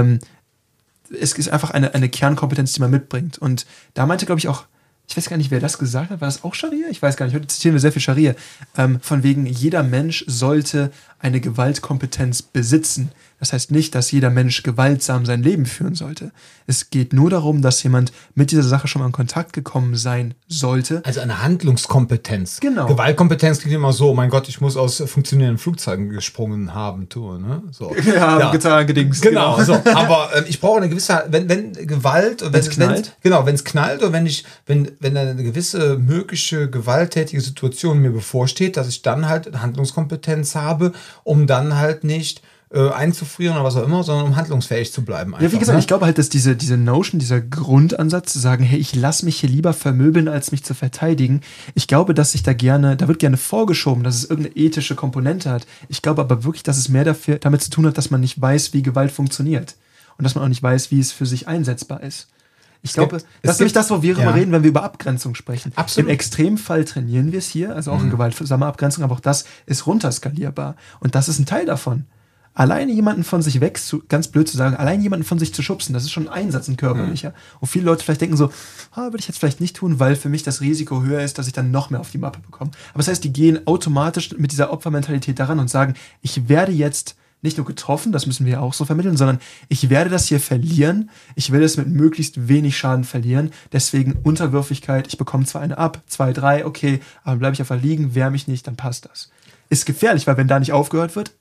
es ist einfach eine Kernkompetenz, die man mitbringt. Und da meinte, glaube ich, auch, ich weiß gar nicht, wer das gesagt hat, war das auch Scharia? Ich weiß gar nicht, heute zitieren wir sehr viel Scharia. Von wegen, jeder Mensch sollte eine Gewaltkompetenz besitzen. Das heißt nicht, dass jeder Mensch gewaltsam sein Leben führen sollte. Es geht nur darum, dass jemand mit dieser Sache schon mal in Kontakt gekommen sein sollte. Also eine Handlungskompetenz. Genau. Gewaltkompetenz klingt immer so, mein Gott, ich muss aus funktionierenden Flugzeugen gesprungen haben, ne? So. Ja. Getan, gedingst. Genau. So. Aber ich brauche eine gewisse, wenn Gewalt, wenn es knallt. Wenn es knallt oder wenn eine gewisse mögliche gewalttätige Situation mir bevorsteht, dass ich dann halt Handlungskompetenz habe, um dann halt nicht einzufrieren oder was auch immer, sondern um handlungsfähig zu bleiben. Einfach, ja, wie gesagt, ich glaube halt, dass diese Notion, dieser Grundansatz zu sagen, hey, ich lasse mich hier lieber vermöbeln, als mich zu verteidigen, ich glaube, dass sich da wird gerne vorgeschoben, dass es irgendeine ethische Komponente hat. Ich glaube aber wirklich, dass es mehr damit zu tun hat, dass man nicht weiß, wie Gewalt funktioniert. Und dass man auch nicht weiß, wie es für sich einsetzbar ist. Ich glaube, das ist nämlich das, wo wir darüber reden, wenn wir über Abgrenzung sprechen. Absolut. Im Extremfall trainieren wir es hier, also auch in gewaltsame Abgrenzung, aber auch das ist runterskalierbar. Und das ist ein Teil davon. Alleine jemanden von sich ganz blöd zu sagen, allein jemanden von sich zu schubsen, das ist schon ein Einsatz, ein körperlicher. Und viele Leute vielleicht denken so, würde ich jetzt vielleicht nicht tun, weil für mich das Risiko höher ist, dass ich dann noch mehr auf die Mappe bekomme. Aber das heißt, die gehen automatisch mit dieser Opfermentalität daran und sagen, ich werde jetzt nicht nur getroffen, das müssen wir auch so vermitteln, sondern ich werde das hier verlieren, ich will es mit möglichst wenig Schaden verlieren, deswegen Unterwürfigkeit, ich bekomme zwar eine ab, 2, 3, okay, aber bleibe ich einfach liegen, wehre mich nicht, dann passt das. Ist gefährlich, weil wenn da nicht aufgehört wird,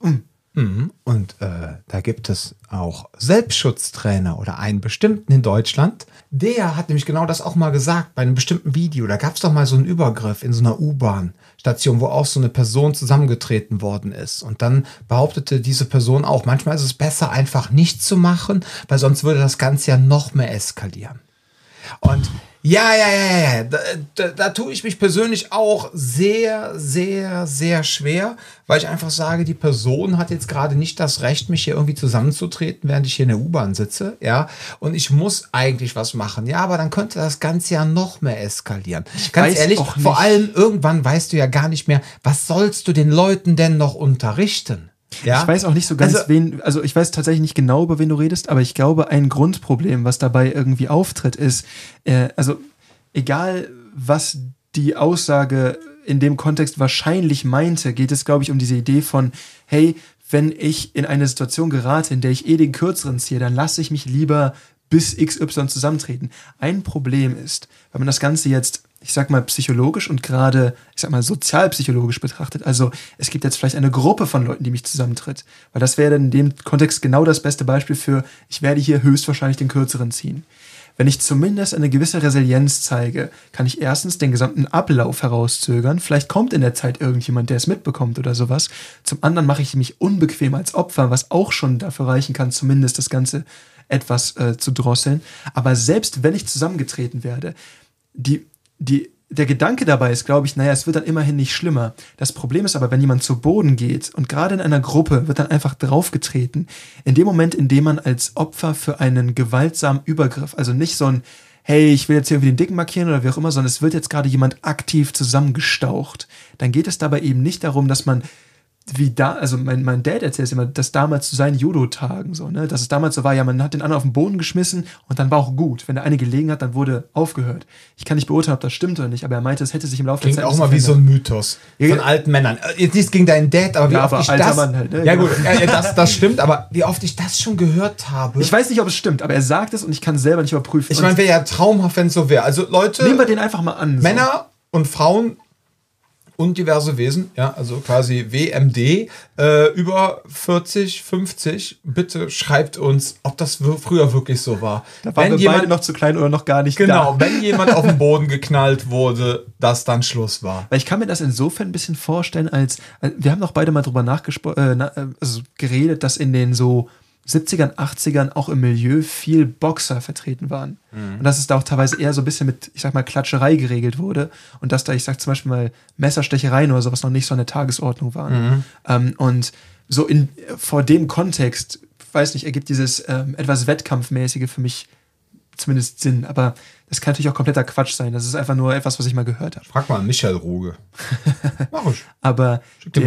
Und da gibt es auch Selbstschutztrainer oder einen bestimmten in Deutschland. Der hat nämlich genau das auch mal gesagt bei einem bestimmten Video. Da gab es doch mal so einen Übergriff in so einer U-Bahn-Station, wo auch so eine Person zusammengetreten worden ist. Und dann behauptete diese Person auch, manchmal ist es besser, einfach nichts zu machen, weil sonst würde das Ganze ja noch mehr eskalieren. Und ja. Da tue ich mich persönlich auch sehr, sehr, sehr schwer, weil ich einfach sage, die Person hat jetzt gerade nicht das Recht, mich hier irgendwie zusammenzutreten, während ich hier in der U-Bahn sitze, ja, und ich muss eigentlich was machen, ja, aber dann könnte das Ganze ja noch mehr eskalieren. Ganz ehrlich, vor allem irgendwann weißt du ja gar nicht mehr, was sollst du den Leuten denn noch unterrichten? Ja? Ich weiß auch nicht so ganz, ich weiß tatsächlich nicht genau, über wen du redest, aber ich glaube, ein Grundproblem, was dabei irgendwie auftritt, ist, egal was die Aussage in dem Kontext wahrscheinlich meinte, geht es, glaube ich, um diese Idee von, hey, wenn ich in eine Situation gerate, in der ich den Kürzeren ziehe, dann lasse ich mich lieber bis XY zusammentreten. Ein Problem ist, wenn man das Ganze jetzt, ich sag mal, psychologisch und gerade, ich sag mal, sozialpsychologisch betrachtet, also es gibt jetzt vielleicht eine Gruppe von Leuten, die mich zusammentritt, weil das wäre dann in dem Kontext genau das beste Beispiel für, ich werde hier höchstwahrscheinlich den Kürzeren ziehen. Wenn ich zumindest eine gewisse Resilienz zeige, kann ich erstens den gesamten Ablauf herauszögern. Vielleicht kommt in der Zeit irgendjemand, der es mitbekommt oder sowas. Zum anderen mache ich mich unbequem als Opfer, was auch schon dafür reichen kann, zumindest das Ganze etwas zu drosseln. Aber selbst wenn ich zusammengetreten werde, der Gedanke dabei ist, glaube ich, es wird dann immerhin nicht schlimmer. Das Problem ist aber, wenn jemand zu Boden geht und gerade in einer Gruppe wird dann einfach draufgetreten, in dem Moment, in dem man als Opfer für einen gewaltsamen Übergriff, also nicht so ein, hey, ich will jetzt hier irgendwie den Dicken markieren oder wie auch immer, sondern es wird jetzt gerade jemand aktiv zusammengestaucht, dann geht es dabei eben nicht darum, dass man mein Dad erzählt immer, dass damals zu seinen Judo-Tagen so, ne, dass es damals so war, ja, man hat den anderen auf den Boden geschmissen und dann war auch gut. Wenn der eine gelegen hat, dann wurde aufgehört. Ich kann nicht beurteilen, ob das stimmt oder nicht, aber er meinte, es hätte sich im Laufe der Zeit auch mal wie so ein Mythos von alten Männern. Jetzt nicht gegen deinen Dad, aber wie oft ich das... Mann halt, ne? Ja gut, das stimmt, aber wie oft ich das schon gehört habe. Ich weiß nicht, ob es stimmt, aber er sagt es und ich kann es selber nicht überprüfen. Ich meine, wäre ja traumhaft, wenn es so wäre. Also Leute... Nehmen wir den einfach mal an. Männer und Frauen und diverse Wesen, ja, also quasi WMD, über 40, 50. Bitte schreibt uns, ob das früher wirklich so war. Da waren wir beide noch zu klein oder noch gar nicht da. Genau, wenn jemand auf den Boden geknallt wurde, dass dann Schluss war. Weil ich kann mir das insofern ein bisschen vorstellen, als wir haben doch beide mal drüber also geredet, dass in den so 70ern, 80ern auch im Milieu viel Boxer vertreten waren. Und dass es da auch teilweise eher so ein bisschen mit, ich sag mal, Klatscherei geregelt wurde. Und dass da, ich sag zum Beispiel mal, Messerstechereien oder sowas noch nicht so an der Tagesordnung waren. Und so vor dem Kontext, weiß nicht, ergibt dieses etwas Wettkampfmäßige für mich zumindest Sinn. Aber das kann natürlich auch kompletter Quatsch sein. Das ist einfach nur etwas, was ich mal gehört habe. Frag mal Michael Ruge. Mach ich. Aber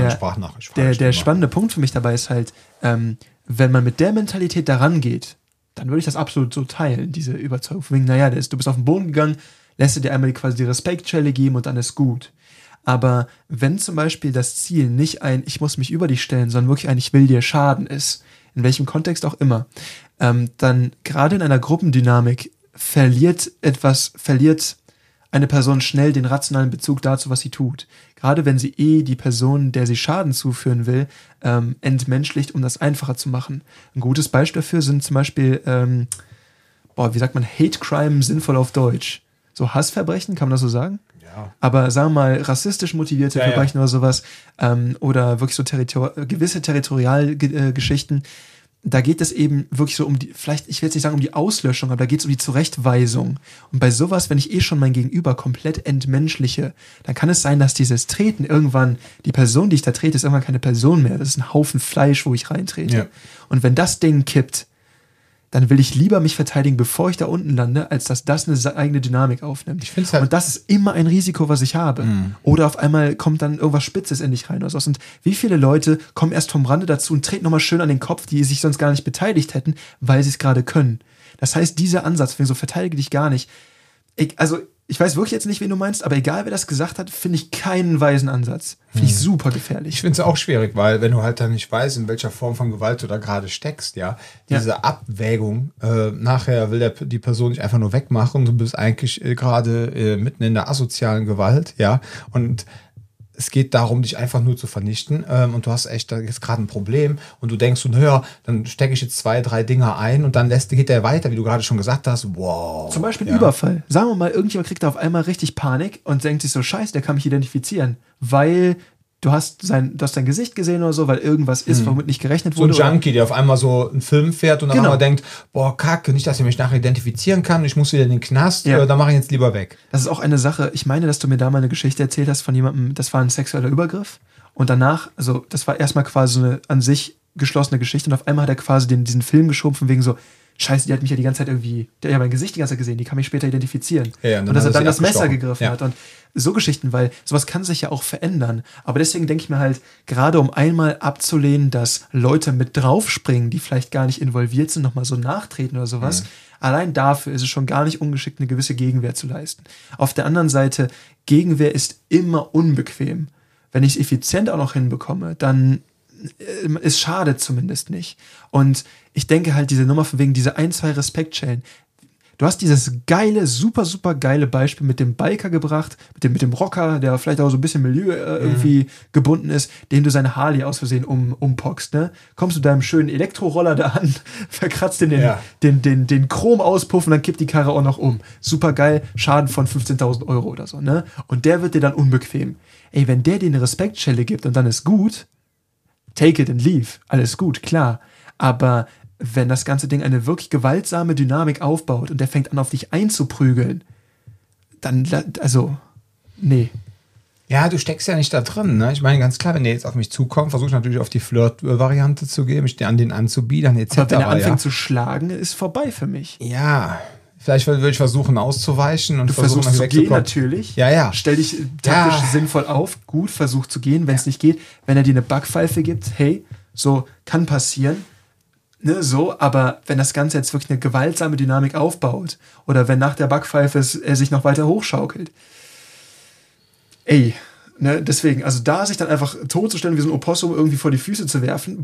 der spannende Punkt für mich dabei ist halt, wenn man mit der Mentalität daran geht, dann würde ich das absolut so teilen, diese Überzeugung. Von wegen, naja, du bist auf den Boden gegangen, lässt du dir einmal quasi die Respektschelle geben und dann ist gut. Aber wenn zum Beispiel das Ziel nicht ich muss mich über dich stellen, sondern wirklich ich will dir schaden ist, in welchem Kontext auch immer, dann gerade in einer Gruppendynamik verliert eine Person schnell den rationalen Bezug dazu, was sie tut. Gerade wenn sie die Person, der sie Schaden zuführen will, entmenschlicht, um das einfacher zu machen. Ein gutes Beispiel dafür sind zum Beispiel, wie sagt man, Hate Crime sinnvoll auf Deutsch. So Hassverbrechen, kann man das so sagen? Ja. Aber sagen wir mal, rassistisch motivierte Verbrechen oder sowas, oder wirklich so gewisse Territorialgeschichten. Da geht es eben wirklich so vielleicht, ich will jetzt nicht sagen um die Auslöschung, aber da geht es um die Zurechtweisung. Und bei sowas, wenn ich schon mein Gegenüber komplett entmenschliche, dann kann es sein, dass dieses Treten irgendwann, die Person, die ich da trete, ist irgendwann keine Person mehr. Das ist ein Haufen Fleisch, wo ich reintrete. Ja. Und wenn das Ding kippt, dann will ich lieber mich verteidigen, bevor ich da unten lande, als dass das eine eigene Dynamik aufnimmt. Ich find's halt und das ist immer ein Risiko, was ich habe. Oder auf einmal kommt dann irgendwas Spitzes in dich rein oder so. Und wie viele Leute kommen erst vom Rande dazu und treten nochmal schön an den Kopf, die sich sonst gar nicht beteiligt hätten, weil sie es gerade können. Das heißt, dieser Ansatz, so verteidige dich gar nicht. Ich weiß wirklich jetzt nicht, wen du meinst, aber egal, wer das gesagt hat, finde ich keinen weisen Ansatz. Finde ich super gefährlich. Ich finde es auch schwierig, weil wenn du halt dann nicht weißt, in welcher Form von Gewalt du da gerade steckst, diese Abwägung, nachher will die Person dich einfach nur wegmachen und du bist eigentlich gerade mitten in der asozialen Gewalt, und es geht darum, dich einfach nur zu vernichten, und du hast echt da jetzt gerade ein Problem und du denkst, naja, dann stecke ich jetzt 2, 3 Dinger ein und dann geht der weiter, wie du gerade schon gesagt hast. Wow. Zum Beispiel Überfall. Sagen wir mal, irgendjemand kriegt da auf einmal richtig Panik und denkt sich so, scheiße, der kann mich identifizieren, weil du hast dein Gesicht gesehen oder so, weil irgendwas ist, womit nicht gerechnet wurde. So ein Junkie, der auf einmal so einen Film fährt und dann einmal denkt, boah, kacke, nicht, dass er mich nachher identifizieren kann, ich muss wieder in den Knast, da mache ich jetzt lieber weg. Das ist auch eine Sache, ich meine, dass du mir da mal eine Geschichte erzählt hast von jemandem, das war ein sexueller Übergriff und danach, also das war erstmal quasi so eine an sich geschlossene Geschichte und auf einmal hat er quasi diesen Film geschoben von wegen so, scheiße, die hat mich ja die ganze Zeit der hat mein Gesicht die ganze Zeit gesehen, die kann mich später identifizieren. Und dass er dann das Messer gegriffen hat und so Geschichten, weil sowas kann sich ja auch verändern. Aber deswegen denke ich mir halt, gerade um einmal abzulehnen, dass Leute mit draufspringen, die vielleicht gar nicht involviert sind, nochmal so nachtreten oder sowas, allein dafür ist es schon gar nicht ungeschickt, eine gewisse Gegenwehr zu leisten. Auf der anderen Seite, Gegenwehr ist immer unbequem. Wenn ich es effizient auch noch hinbekomme, dann es schadet zumindest nicht. Und ich denke halt, diese Nummer von wegen diese 1, 2 Respektschellen. Du hast dieses geile, super, super geile Beispiel mit dem Biker gebracht, mit dem Rocker, der vielleicht auch so ein bisschen Milieu irgendwie gebunden ist, dem du seine Harley aus Versehen umpockst. Ne? Kommst du deinem schönen Elektroroller da an, verkratzt den Chromauspuff und dann kippt die Karre auch noch um. Super geil, Schaden von 15.000 € oder so. Ne? Und der wird dir dann unbequem. Ey, wenn der dir eine Respektschelle gibt und dann ist gut, take it and leave. Alles gut, klar. Aber wenn das ganze Ding eine wirklich gewaltsame Dynamik aufbaut und der fängt an, auf dich einzuprügeln, dann, nee. Ja, du steckst ja nicht da drin, ne? Ich meine, ganz klar, wenn der jetzt auf mich zukommt, versuche ich natürlich auf die Flirt-Variante zu gehen, mich an den anzubiedern, etc. Aber wenn er anfängt zu schlagen, ist vorbei für mich. Ja, vielleicht würde ich versuchen auszuweichen und du versuchst zu gehen, natürlich. Ja. Stell dich taktisch sinnvoll auf. Gut, versuch zu gehen. Wenn es nicht geht, wenn er dir eine Backpfeife gibt, hey, so kann passieren. Ne, so, aber wenn das Ganze jetzt wirklich eine gewaltsame Dynamik aufbaut oder wenn nach der Backpfeife er sich noch weiter hochschaukelt. Ne, deswegen, also da sich dann einfach totzustellen, wie so ein Opossum irgendwie vor die Füße zu werfen,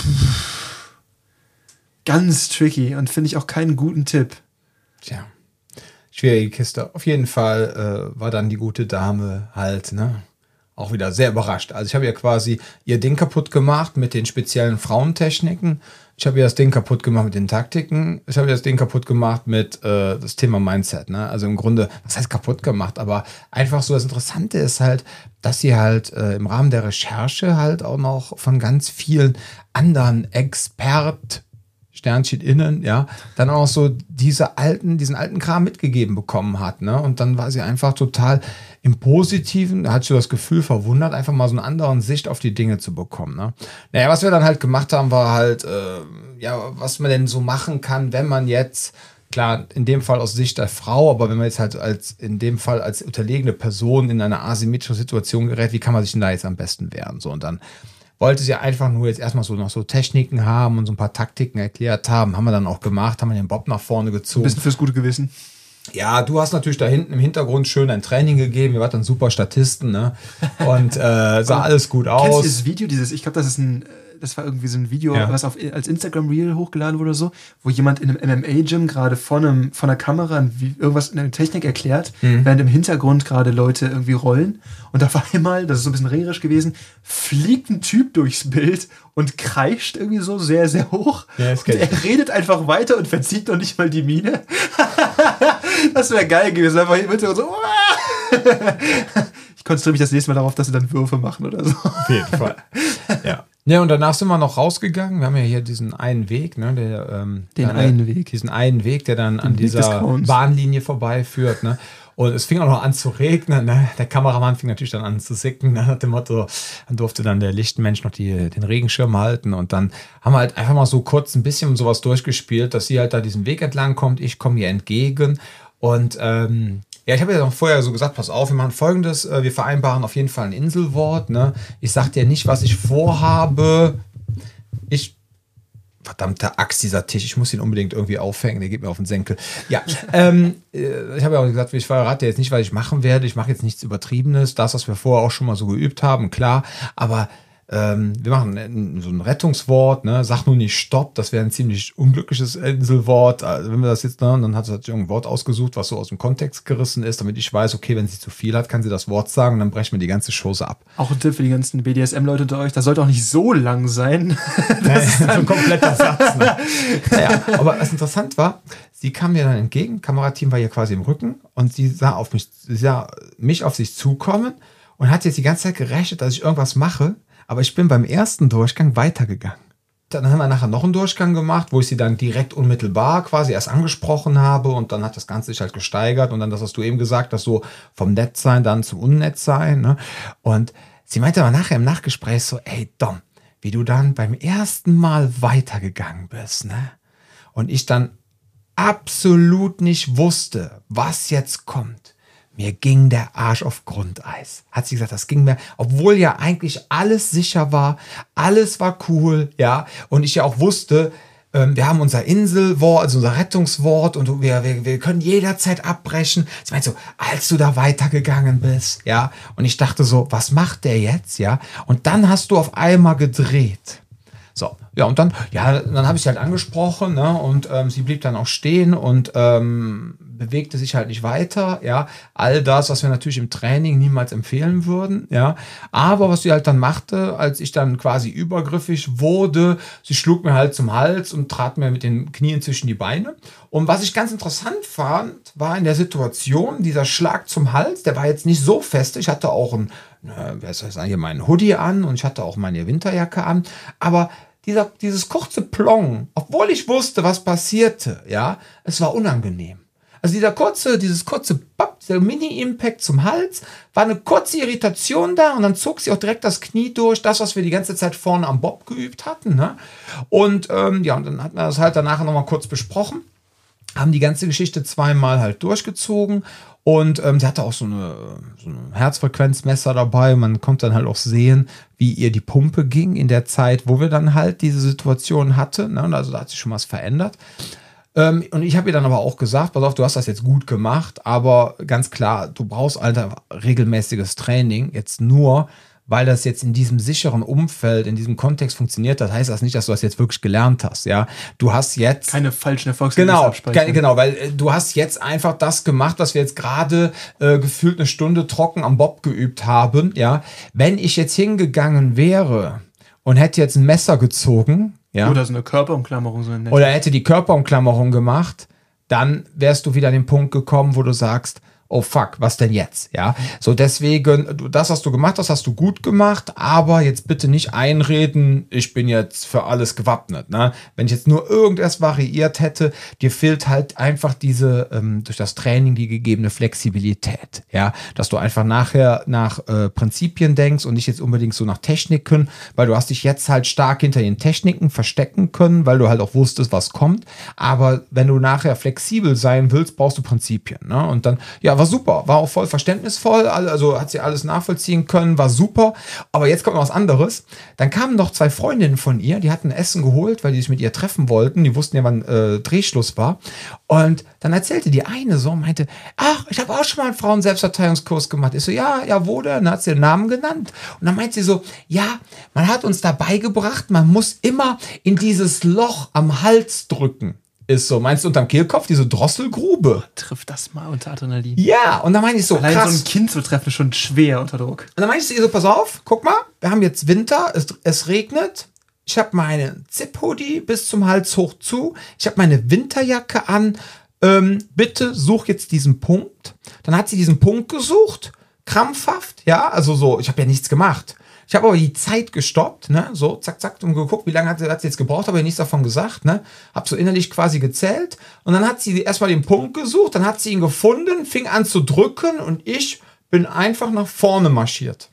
ganz tricky und finde ich auch keinen guten Tipp. Tja. Schwierige Kiste. Auf jeden Fall war dann die gute Dame halt, ne, auch wieder sehr überrascht. Also ich habe ja quasi ihr Ding kaputt gemacht mit den speziellen Frauentechniken. Ich habe ihr das Ding kaputt gemacht mit den Taktiken. Ich habe ihr das Ding kaputt gemacht mit das Thema Mindset. Ne? Also im Grunde, was heißt kaputt gemacht? Aber einfach so das Interessante ist halt, dass sie halt im Rahmen der Recherche halt auch noch von ganz vielen anderen Sternchen innen, ja, dann auch so diesen alten Kram mitgegeben bekommen hat, ne? Und dann war sie einfach total im Positiven, da hat sie das Gefühl verwundert, einfach mal so eine andere Sicht auf die Dinge zu bekommen, ne? Naja, was wir dann halt gemacht haben, war halt, was man denn so machen kann, wenn man jetzt, klar, in dem Fall aus Sicht der Frau, aber wenn man jetzt halt in dem Fall als unterlegene Person in eine asymmetrische Situation gerät, wie kann man sich denn da jetzt am besten wehren? So, und dann wollte sie einfach nur jetzt erstmal so noch so Techniken haben und so ein paar Taktiken erklärt haben. Haben wir dann auch gemacht, haben wir den Bob nach vorne gezogen. Ein bisschen fürs gute Gewissen. Ja, du hast natürlich da hinten im Hintergrund schön ein Training gegeben. Ihr wart dann super Statisten, ne? Und sah alles gut aus. Kennst du dieses Video, ich glaube, das war irgendwie so ein Video, was als Instagram-Reel hochgeladen wurde oder so, wo jemand in einem MMA-Gym gerade vor einer Kamera irgendwas in der Technik erklärt, während im Hintergrund gerade Leute irgendwie rollen. Und auf einmal, das ist so ein bisschen ringerisch gewesen, fliegt ein Typ durchs Bild und kreischt irgendwie so sehr, sehr hoch. Ja, und er redet einfach weiter und verzieht noch nicht mal die Miene. Das wäre geil gewesen. Einfach im Hintergrund so. Ich konzentriere mich das nächste Mal darauf, dass sie dann Würfe machen oder so. Auf jeden Fall. Ja. Ja, und danach sind wir noch rausgegangen. Wir haben ja hier diesen einen Weg, ne, diesen einen Weg, der dann an dieser Bahnlinie vorbeiführt, ne. Und es fing auch noch an zu regnen, ne. Der Kameramann fing natürlich dann an zu sicken, ne, nach dem Motto, dann durfte dann der Lichtmensch noch den Regenschirm halten. Und dann haben wir halt einfach mal so kurz ein bisschen sowas durchgespielt, dass sie halt da diesen Weg entlang kommt, ich komme ihr entgegen. Und ja, ich habe ja noch vorher so gesagt, pass auf, wir machen Folgendes, wir vereinbaren auf jeden Fall ein Inselwort, ne? Ich sag dir nicht, was ich vorhabe. Verdammte Axt, dieser Tisch, ich muss ihn unbedingt irgendwie aufhängen, der geht mir auf den Senkel. Ja, ich habe ja auch gesagt, ich verrate jetzt nicht, was ich machen werde, ich mache jetzt nichts Übertriebenes, das, was wir vorher auch schon mal so geübt haben, klar, aber wir machen so ein Rettungswort, ne? Sag nur nicht Stopp, das wäre ein ziemlich unglückliches Inselwort. Also wenn wir das jetzt, ne, dann hat sie irgendein Wort ausgesucht, was so aus dem Kontext gerissen ist, damit ich weiß, okay, wenn sie zu viel hat, kann sie das Wort sagen und dann brechen wir die ganze Chose ab. Auch ein Tipp für die ganzen BDSM-Leute unter euch, das sollte auch nicht so lang sein. Das ist so ein kompletter Satz. Ne? Naja, aber was interessant war, sie kam mir dann entgegen, Kamerateam war hier quasi im Rücken und sie sah mich auf sich zukommen und hat jetzt die ganze Zeit gerechnet, dass ich irgendwas mache. Aber ich bin beim ersten Durchgang weitergegangen. Dann haben wir nachher noch einen Durchgang gemacht, wo ich sie dann direkt unmittelbar quasi erst angesprochen habe und dann hat das Ganze sich halt gesteigert und dann das, was du eben gesagt hast, so vom Nettsein dann zum Unnettsein. Ne? Und sie meinte aber nachher im Nachgespräch so, ey Dom, wie du dann beim ersten Mal weitergegangen bist, ne? Und ich dann absolut nicht wusste, was jetzt kommt. Mir ging der Arsch auf Grundeis. Hat sie gesagt, das ging mir, obwohl ja eigentlich alles sicher war, alles war cool, ja. Und ich ja auch wusste, wir haben unser Inselwort, also unser Rettungswort und wir können jederzeit abbrechen. Sie meint so, als du da weitergegangen bist, ja. Und ich dachte so, was macht der jetzt, ja? Und dann hast du auf einmal gedreht. So, ja, und dann habe ich sie halt angesprochen, ne, und sie blieb dann auch stehen und bewegte sich halt nicht weiter, ja. All das, was wir natürlich im Training niemals empfehlen würden, ja. Aber was sie halt dann machte, als ich dann quasi übergriffig wurde, sie schlug mir halt zum Hals und trat mir mit den Knien zwischen die Beine. Und was ich ganz interessant fand, war in der Situation, dieser Schlag zum Hals, der war jetzt nicht so fest. Ich hatte auch meinen Hoodie an und ich hatte auch meine Winterjacke an, aber dieses kurze Plong, obwohl ich wusste, was passierte, ja, es war unangenehm. Also dieses kurze Bap, der Mini-Impact zum Hals, war eine kurze Irritation da und dann zog sie auch direkt das Knie durch, das, was wir die ganze Zeit vorne am Bob geübt hatten, ne? Und und dann hatten wir das halt danach nochmal kurz besprochen, haben die ganze Geschichte zweimal halt durchgezogen und sie hatte auch so eine Herzfrequenzmesser dabei. Man konnte dann halt auch sehen, wie ihr die Pumpe ging in der Zeit, wo wir dann halt diese Situation hatten, ne? Und also da hat sich schon was verändert. Und ich habe ihr dann aber auch gesagt, pass auf, du hast das jetzt gut gemacht, aber ganz klar, du brauchst regelmäßiges Training, jetzt nur, weil das jetzt in diesem sicheren Umfeld, in diesem Kontext funktioniert, das heißt das nicht, dass du das jetzt wirklich gelernt hast, ja. Du hast jetzt keine falschen Erfolgserlebnisse abspeichern. Genau, weil du hast jetzt einfach das gemacht, was wir jetzt gerade gefühlt eine Stunde trocken am Bob geübt haben, ja. Wenn ich jetzt hingegangen wäre und hätte jetzt ein Messer gezogen, ja. Oder so eine Körperumklammerung. Oder hätte die Körperumklammerung gemacht, dann wärst du wieder an den Punkt gekommen, wo du sagst, oh fuck, was denn jetzt? Ja, so deswegen, das, was du gemacht hast, hast du gut gemacht, aber jetzt bitte nicht einreden, ich bin jetzt für alles gewappnet. Ne? Wenn ich jetzt nur irgendwas variiert hätte, dir fehlt halt einfach diese, durch das Training die gegebene Flexibilität. Ja, dass du einfach nachher nach Prinzipien denkst und nicht jetzt unbedingt so nach Techniken, weil du hast dich jetzt halt stark hinter den Techniken verstecken können, weil du halt auch wusstest, was kommt. Aber wenn du nachher flexibel sein willst, brauchst du Prinzipien. Ne? Und dann, ja, war super, war auch voll verständnisvoll, also hat sie alles nachvollziehen können, war super, aber jetzt kommt noch was anderes. Dann kamen noch 2 Freundinnen von ihr, die hatten Essen geholt, weil die sich mit ihr treffen wollten, die wussten ja, wann Drehschluss war, und dann erzählte die eine so, meinte, ach, ich habe auch schon mal einen Frauen-Selbstverteidigungskurs gemacht. Ich so, ja, wo denn? Dann hat sie den Namen genannt und dann meint sie so, ja, man hat uns da beigebracht, man muss immer in dieses Loch am Hals drücken. Ist so, meinst du unterm Kehlkopf, diese Drosselgrube? Trifft das mal unter Adrenalin. Ja, und dann meine ich so, allein krass. So ein Kind zu treffen ist schon schwer unter Druck. Und dann meine ich so, pass auf, guck mal, wir haben jetzt Winter, es regnet, ich habe meine Zip-Hoodie bis zum Hals hoch zu, ich habe meine Winterjacke an, bitte such jetzt diesen Punkt. Dann hat sie diesen Punkt gesucht, krampfhaft, ja, also so, ich habe ja nichts gemacht. Ich habe aber die Zeit gestoppt, ne, so, zack, zack, und geguckt, wie lange hat sie jetzt gebraucht, habe ich nichts davon gesagt, ne, hab so innerlich quasi gezählt, und dann hat sie erstmal den Punkt gesucht, dann hat sie ihn gefunden, fing an zu drücken, und ich bin einfach nach vorne marschiert.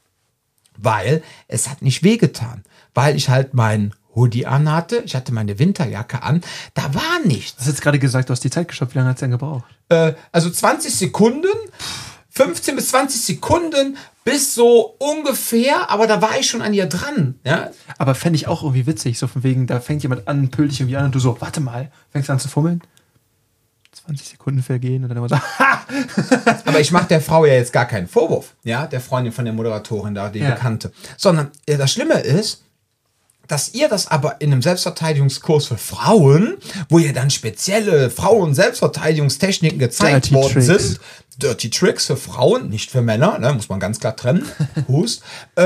Weil es hat nicht wehgetan, weil ich halt mein Hoodie anhatte, ich hatte meine Winterjacke an, da war nichts. Du hast jetzt gerade gesagt, du hast die Zeit gestoppt, wie lange hat es denn gebraucht? Also 20 Sekunden, 15 bis 20 Sekunden, bis so ungefähr, aber da war ich schon an ihr dran. Ja? Aber fände ich auch irgendwie witzig, so von wegen, da fängt jemand an, pölt dich irgendwie an und du so, warte mal, fängst an zu fummeln? 20 Sekunden vergehen und dann immer so, ha! Aber ich mache der Frau ja jetzt gar keinen Vorwurf, ja, der Freundin von der Moderatorin da, die Bekannte. Sondern das Schlimme ist, dass ihr das aber in einem Selbstverteidigungskurs für Frauen, wo ja dann spezielle Frauen-Selbstverteidigungstechniken gezeigt worden sind, Dirty Tricks für Frauen, nicht für Männer, ne, muss man ganz klar trennen, Hust,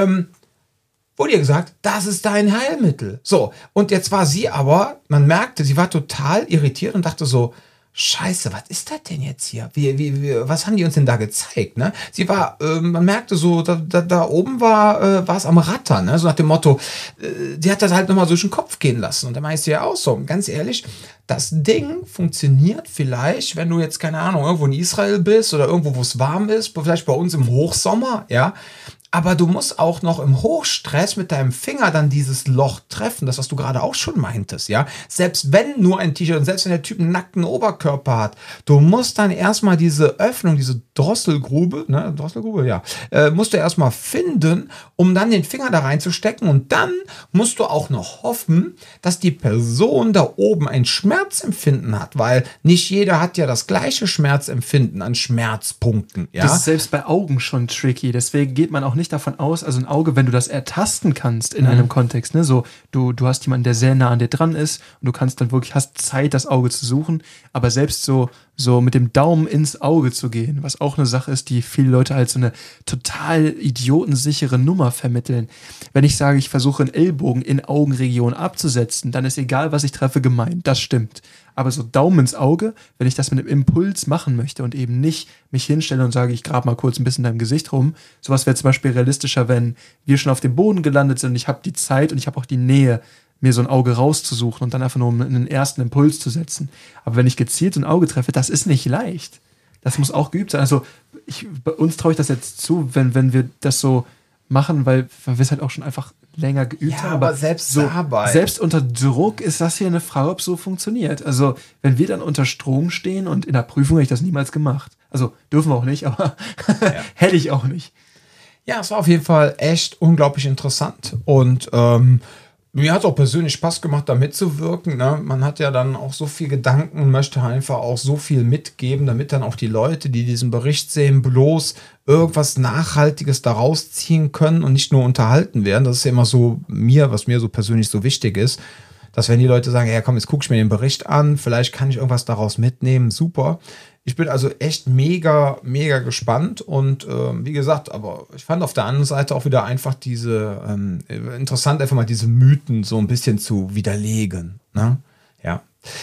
wurde ihr gesagt, das ist dein Heilmittel. So, und jetzt war sie aber, man merkte, sie war total irritiert und dachte so, Scheiße, was ist das denn jetzt hier? Was haben die uns denn da gezeigt? Ne? Sie war, man merkte so, da oben war es am Rattern, ne? So nach dem Motto, die hat das halt nochmal durch den Kopf gehen lassen. Und da meinst du ja auch so, ganz ehrlich, das Ding funktioniert vielleicht, wenn du jetzt, keine Ahnung, irgendwo in Israel bist oder irgendwo, wo es warm ist, vielleicht bei uns im Hochsommer, ja. Aber du musst auch noch im Hochstress mit deinem Finger dann dieses Loch treffen, das, was du gerade auch schon meintest, ja. Selbst wenn nur ein T-Shirt und selbst wenn der Typ einen nackten Oberkörper hat, du musst dann erstmal diese Öffnung, diese Drosselgrube, ne, Drosselgrube, ja, musst du erstmal finden, um dann den Finger da reinzustecken, und dann musst du auch noch hoffen, dass die Person da oben ein Schmerzempfinden hat, weil nicht jeder hat ja das gleiche Schmerzempfinden an Schmerzpunkten, ja. Das ist selbst bei Augen schon tricky, deswegen geht man auch nicht davon aus, also ein Auge, wenn du das ertasten kannst in einem Kontext, ne, so, du hast jemanden, der sehr nah an dir dran ist und du kannst dann wirklich, hast Zeit, das Auge zu suchen, aber selbst so mit dem Daumen ins Auge zu gehen, was auch eine Sache ist, die viele Leute als so eine total idiotensichere Nummer vermitteln. Wenn ich sage, ich versuche einen Ellbogen in Augenregion abzusetzen, dann ist egal, was ich treffe, gemeint. Das stimmt. Aber so Daumen ins Auge, wenn ich das mit einem Impuls machen möchte und eben nicht mich hinstelle und sage, ich grabe mal kurz ein bisschen in deinem Gesicht rum, sowas wäre zum Beispiel realistischer, wenn wir schon auf dem Boden gelandet sind und ich habe die Zeit und ich habe auch die Nähe, mir so ein Auge rauszusuchen und dann einfach nur einen ersten Impuls zu setzen. Aber wenn ich gezielt ein Auge treffe, das ist nicht leicht. Das muss auch geübt sein. Also bei uns traue ich das jetzt zu, wenn wir das so machen, weil wir es halt auch schon einfach länger geübt haben. Aber selbst so, dabei. Selbst unter Druck ist das hier eine Frage, ob es so funktioniert. Also wenn wir dann unter Strom stehen, und in der Prüfung hätte ich das niemals gemacht. Also dürfen wir auch nicht, aber hätte ich auch nicht. Ja, es war auf jeden Fall echt unglaublich interessant. Und Mir hat es auch persönlich Spaß gemacht, da mitzuwirken. Ne? Man hat ja dann auch so viel Gedanken und möchte einfach auch so viel mitgeben, damit dann auch die Leute, die diesen Bericht sehen, bloß irgendwas Nachhaltiges daraus ziehen können und nicht nur unterhalten werden. Das ist ja immer so was mir so persönlich so wichtig ist, dass wenn die Leute sagen, ja komm, jetzt guck ich mir den Bericht an, vielleicht kann ich irgendwas daraus mitnehmen, super. Ich bin also echt mega, mega gespannt und wie gesagt, aber ich fand auf der anderen Seite auch wieder einfach interessant, einfach mal diese Mythen so ein bisschen zu widerlegen. Ne? Ja.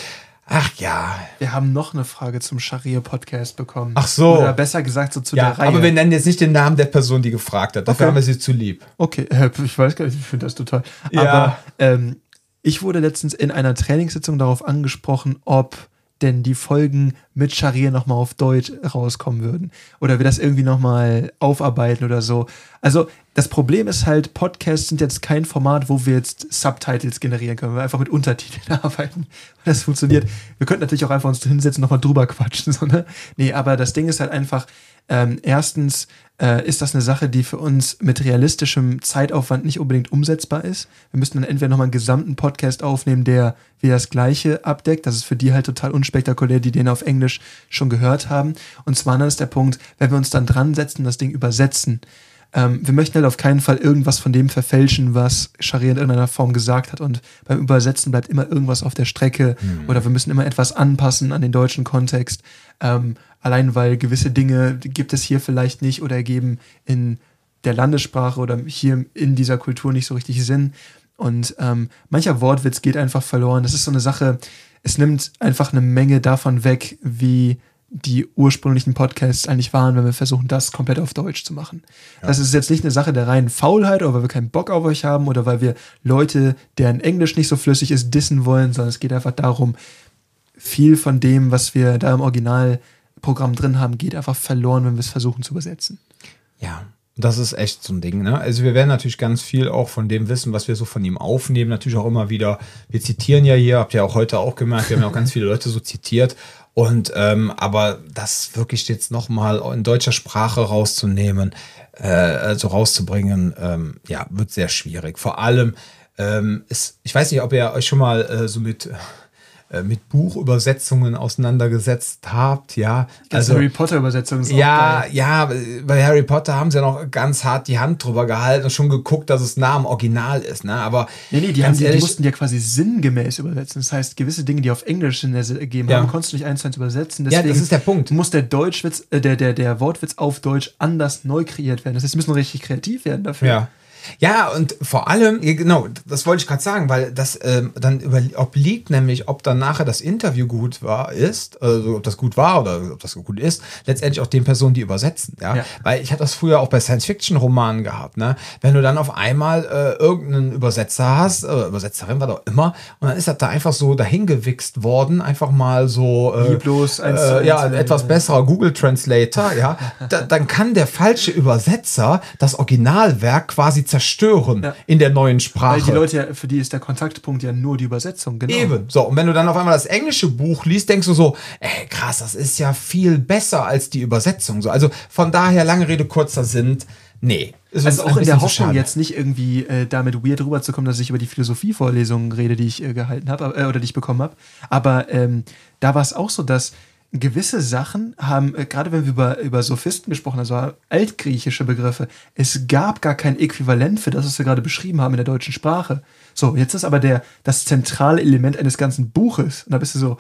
Ach ja. Wir haben noch eine Frage zum Scharia-Podcast bekommen. Ach so. Oder besser gesagt so zu der Reihe. Aber wir nennen jetzt nicht den Namen der Person, die gefragt hat. Dafür haben wir sie zu lieb. Okay, ich weiß gar nicht, ich finde das total. Ja. Aber ich wurde letztens in einer Trainingssitzung darauf angesprochen, ob denn die Folgen mit Scharia nochmal auf Deutsch rauskommen würden. Oder wir das irgendwie nochmal aufarbeiten oder so. Also das Problem ist halt, Podcasts sind jetzt kein Format, wo wir jetzt Subtitles generieren können, weil wir einfach mit Untertiteln arbeiten. Das funktioniert. Wir könnten natürlich auch einfach uns hinsetzen und nochmal drüber quatschen. So, ne? Nee, aber das Ding ist halt einfach, erstens ist das eine Sache, die für uns mit realistischem Zeitaufwand nicht unbedingt umsetzbar ist. Wir müssten dann entweder nochmal einen gesamten Podcast aufnehmen, der wie das Gleiche abdeckt. Das ist für die halt total unspektakulär, die den auf Englisch schon gehört haben. Und zum anderen ist der Punkt, wenn wir uns dann dran setzen, das Ding übersetzen. Wir möchten halt auf keinen Fall irgendwas von dem verfälschen, was Scharia in irgendeiner Form gesagt hat. Und beim Übersetzen bleibt immer irgendwas auf der Strecke. Oder wir müssen immer etwas anpassen an den deutschen Kontext. Allein weil gewisse Dinge gibt es hier vielleicht nicht oder ergeben in der Landessprache oder hier in dieser Kultur nicht so richtig Sinn. Und mancher Wortwitz geht einfach verloren. Das ist so eine Sache, es nimmt einfach eine Menge davon weg, wie die ursprünglichen Podcasts eigentlich waren, wenn wir versuchen, das komplett auf Deutsch zu machen. Ja. Das ist jetzt nicht eine Sache der reinen Faulheit oder weil wir keinen Bock auf euch haben oder weil wir Leute, deren Englisch nicht so flüssig ist, dissen wollen, sondern es geht einfach darum, viel von dem, was wir da im Originalprogramm drin haben, geht einfach verloren, wenn wir es versuchen zu übersetzen. Ja, das ist echt so ein Ding. Ne? Also wir werden natürlich ganz viel auch von dem wissen, was wir so von ihm aufnehmen, natürlich auch immer wieder, wir zitieren ja hier, habt ihr auch heute auch gemerkt, wir haben ja auch ganz viele Leute so zitiert. Und aber das wirklich jetzt nochmal in deutscher Sprache rauszunehmen, rauszubringen, wird sehr schwierig. Vor allem, ich weiß nicht, ob ihr euch schon mal so mit Buchübersetzungen auseinandergesetzt habt, ja. Also Harry Potter Übersetzungen ist auch geil. Ja, bei Harry Potter haben sie ja noch ganz hart die Hand drüber gehalten und schon geguckt, dass es nah am Original ist, ne? Aber die mussten ja quasi sinngemäß übersetzen. Das heißt, gewisse Dinge, die auf Englisch Sinn ergeben haben, konntest du nicht 1:1 übersetzen. Deswegen das ist der Punkt. Muss der Deutschwitz, der Wortwitz auf Deutsch anders neu kreiert werden. Das heißt, sie müssen richtig kreativ werden dafür. Ja. Ja, und vor allem, genau, das wollte ich gerade sagen, weil das dann obliegt nämlich, ob dann nachher das Interview gut ob das gut war oder ob das gut ist, letztendlich auch den Personen, die übersetzen, ja. Weil ich hatte das früher auch bei Science-Fiction-Romanen gehabt, ne? Wenn du dann auf einmal irgendeinen Übersetzer hast, Übersetzerin, war doch immer, und dann ist das da einfach so dahingewichst worden, einfach mal so lieblos etwas besserer Google Translator, ja. Dann kann der falsche Übersetzer das Originalwerk quasi zerstören in der neuen Sprache. Weil die Leute, für die ist der Kontaktpunkt ja nur die Übersetzung, genau. Eben. So, und wenn du dann auf einmal das englische Buch liest, denkst du so, ey, krass, das ist ja viel besser als die Übersetzung. So, also von daher, lange Rede, kurzer Sinn, nee. Also auch in der Hoffnung, jetzt nicht irgendwie damit weird rüberzukommen, dass ich über die Philosophievorlesungen rede, die ich gehalten habe, oder die ich bekommen habe. Aber da war es auch so, dass gewisse Sachen haben, gerade wenn wir über Sophisten gesprochen haben, also altgriechische Begriffe, es gab gar kein Äquivalent für das, was wir gerade beschrieben haben in der deutschen Sprache. So, jetzt ist aber das zentrale Element eines ganzen Buches. Und da bist du so,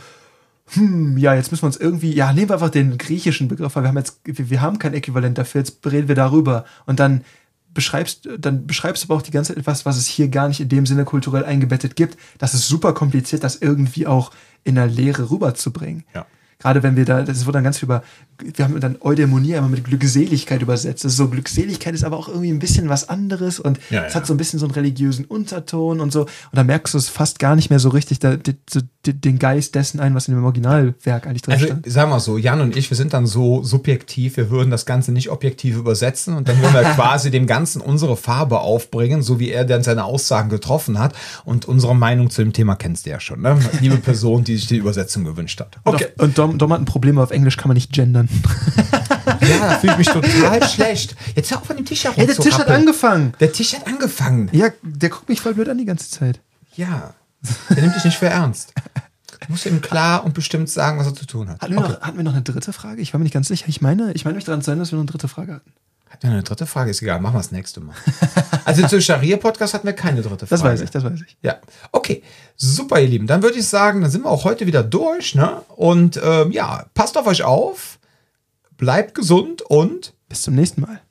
jetzt müssen wir uns irgendwie, nehmen wir einfach den griechischen Begriff, weil wir haben kein Äquivalent dafür, jetzt reden wir darüber. Und dann beschreibst du aber auch die ganze Zeit etwas, was es hier gar nicht in dem Sinne kulturell eingebettet gibt. Das ist super kompliziert, das irgendwie auch in der Lehre rüberzubringen. Ja. Gerade wenn das wurde dann ganz viel wir haben dann Eudämonie einmal mit Glückseligkeit übersetzt. Das ist so, Glückseligkeit ist aber auch irgendwie ein bisschen was anderes und es hat so ein bisschen so einen religiösen Unterton und so. Und da merkst du es fast gar nicht mehr so richtig, den Geist dessen was in dem Originalwerk eigentlich drin stand. Also, sagen wir so, Jan und ich, wir sind dann so subjektiv, wir würden das Ganze nicht objektiv übersetzen und dann würden wir quasi dem Ganzen unsere Farbe aufbringen, so wie er dann seine Aussagen getroffen hat. Und unsere Meinung zu dem Thema kennst du ja schon, ne? Liebe Person, die sich die Übersetzung gewünscht hat. Okay. Und Dom hat ein Problem, auf Englisch kann man nicht gendern. Ja, da fühle ich mich total schlecht. Jetzt hör auf von dem Tisch herum. Hey, der Tisch hat angefangen. Der Tisch hat angefangen. Ja, der guckt mich voll blöd an die ganze Zeit. Ja, der nimmt dich nicht für ernst. Du musst ihm klar und bestimmt sagen, was er zu tun hat. Hatten wir noch eine dritte Frage? Ich war mir nicht ganz sicher. Ich meine mich daran zu erinnern, dass wir noch eine dritte Frage hatten. Hatten wir eine dritte Frage? Ist egal, machen wir das nächste Mal. Also zu Scharia-Podcast hatten wir keine dritte Frage. Das weiß ich. Ja, okay. Super, ihr Lieben. Dann würde ich sagen, dann sind wir auch heute wieder durch. Ne? Und ja, passt auf euch auf, bleibt gesund und bis zum nächsten Mal.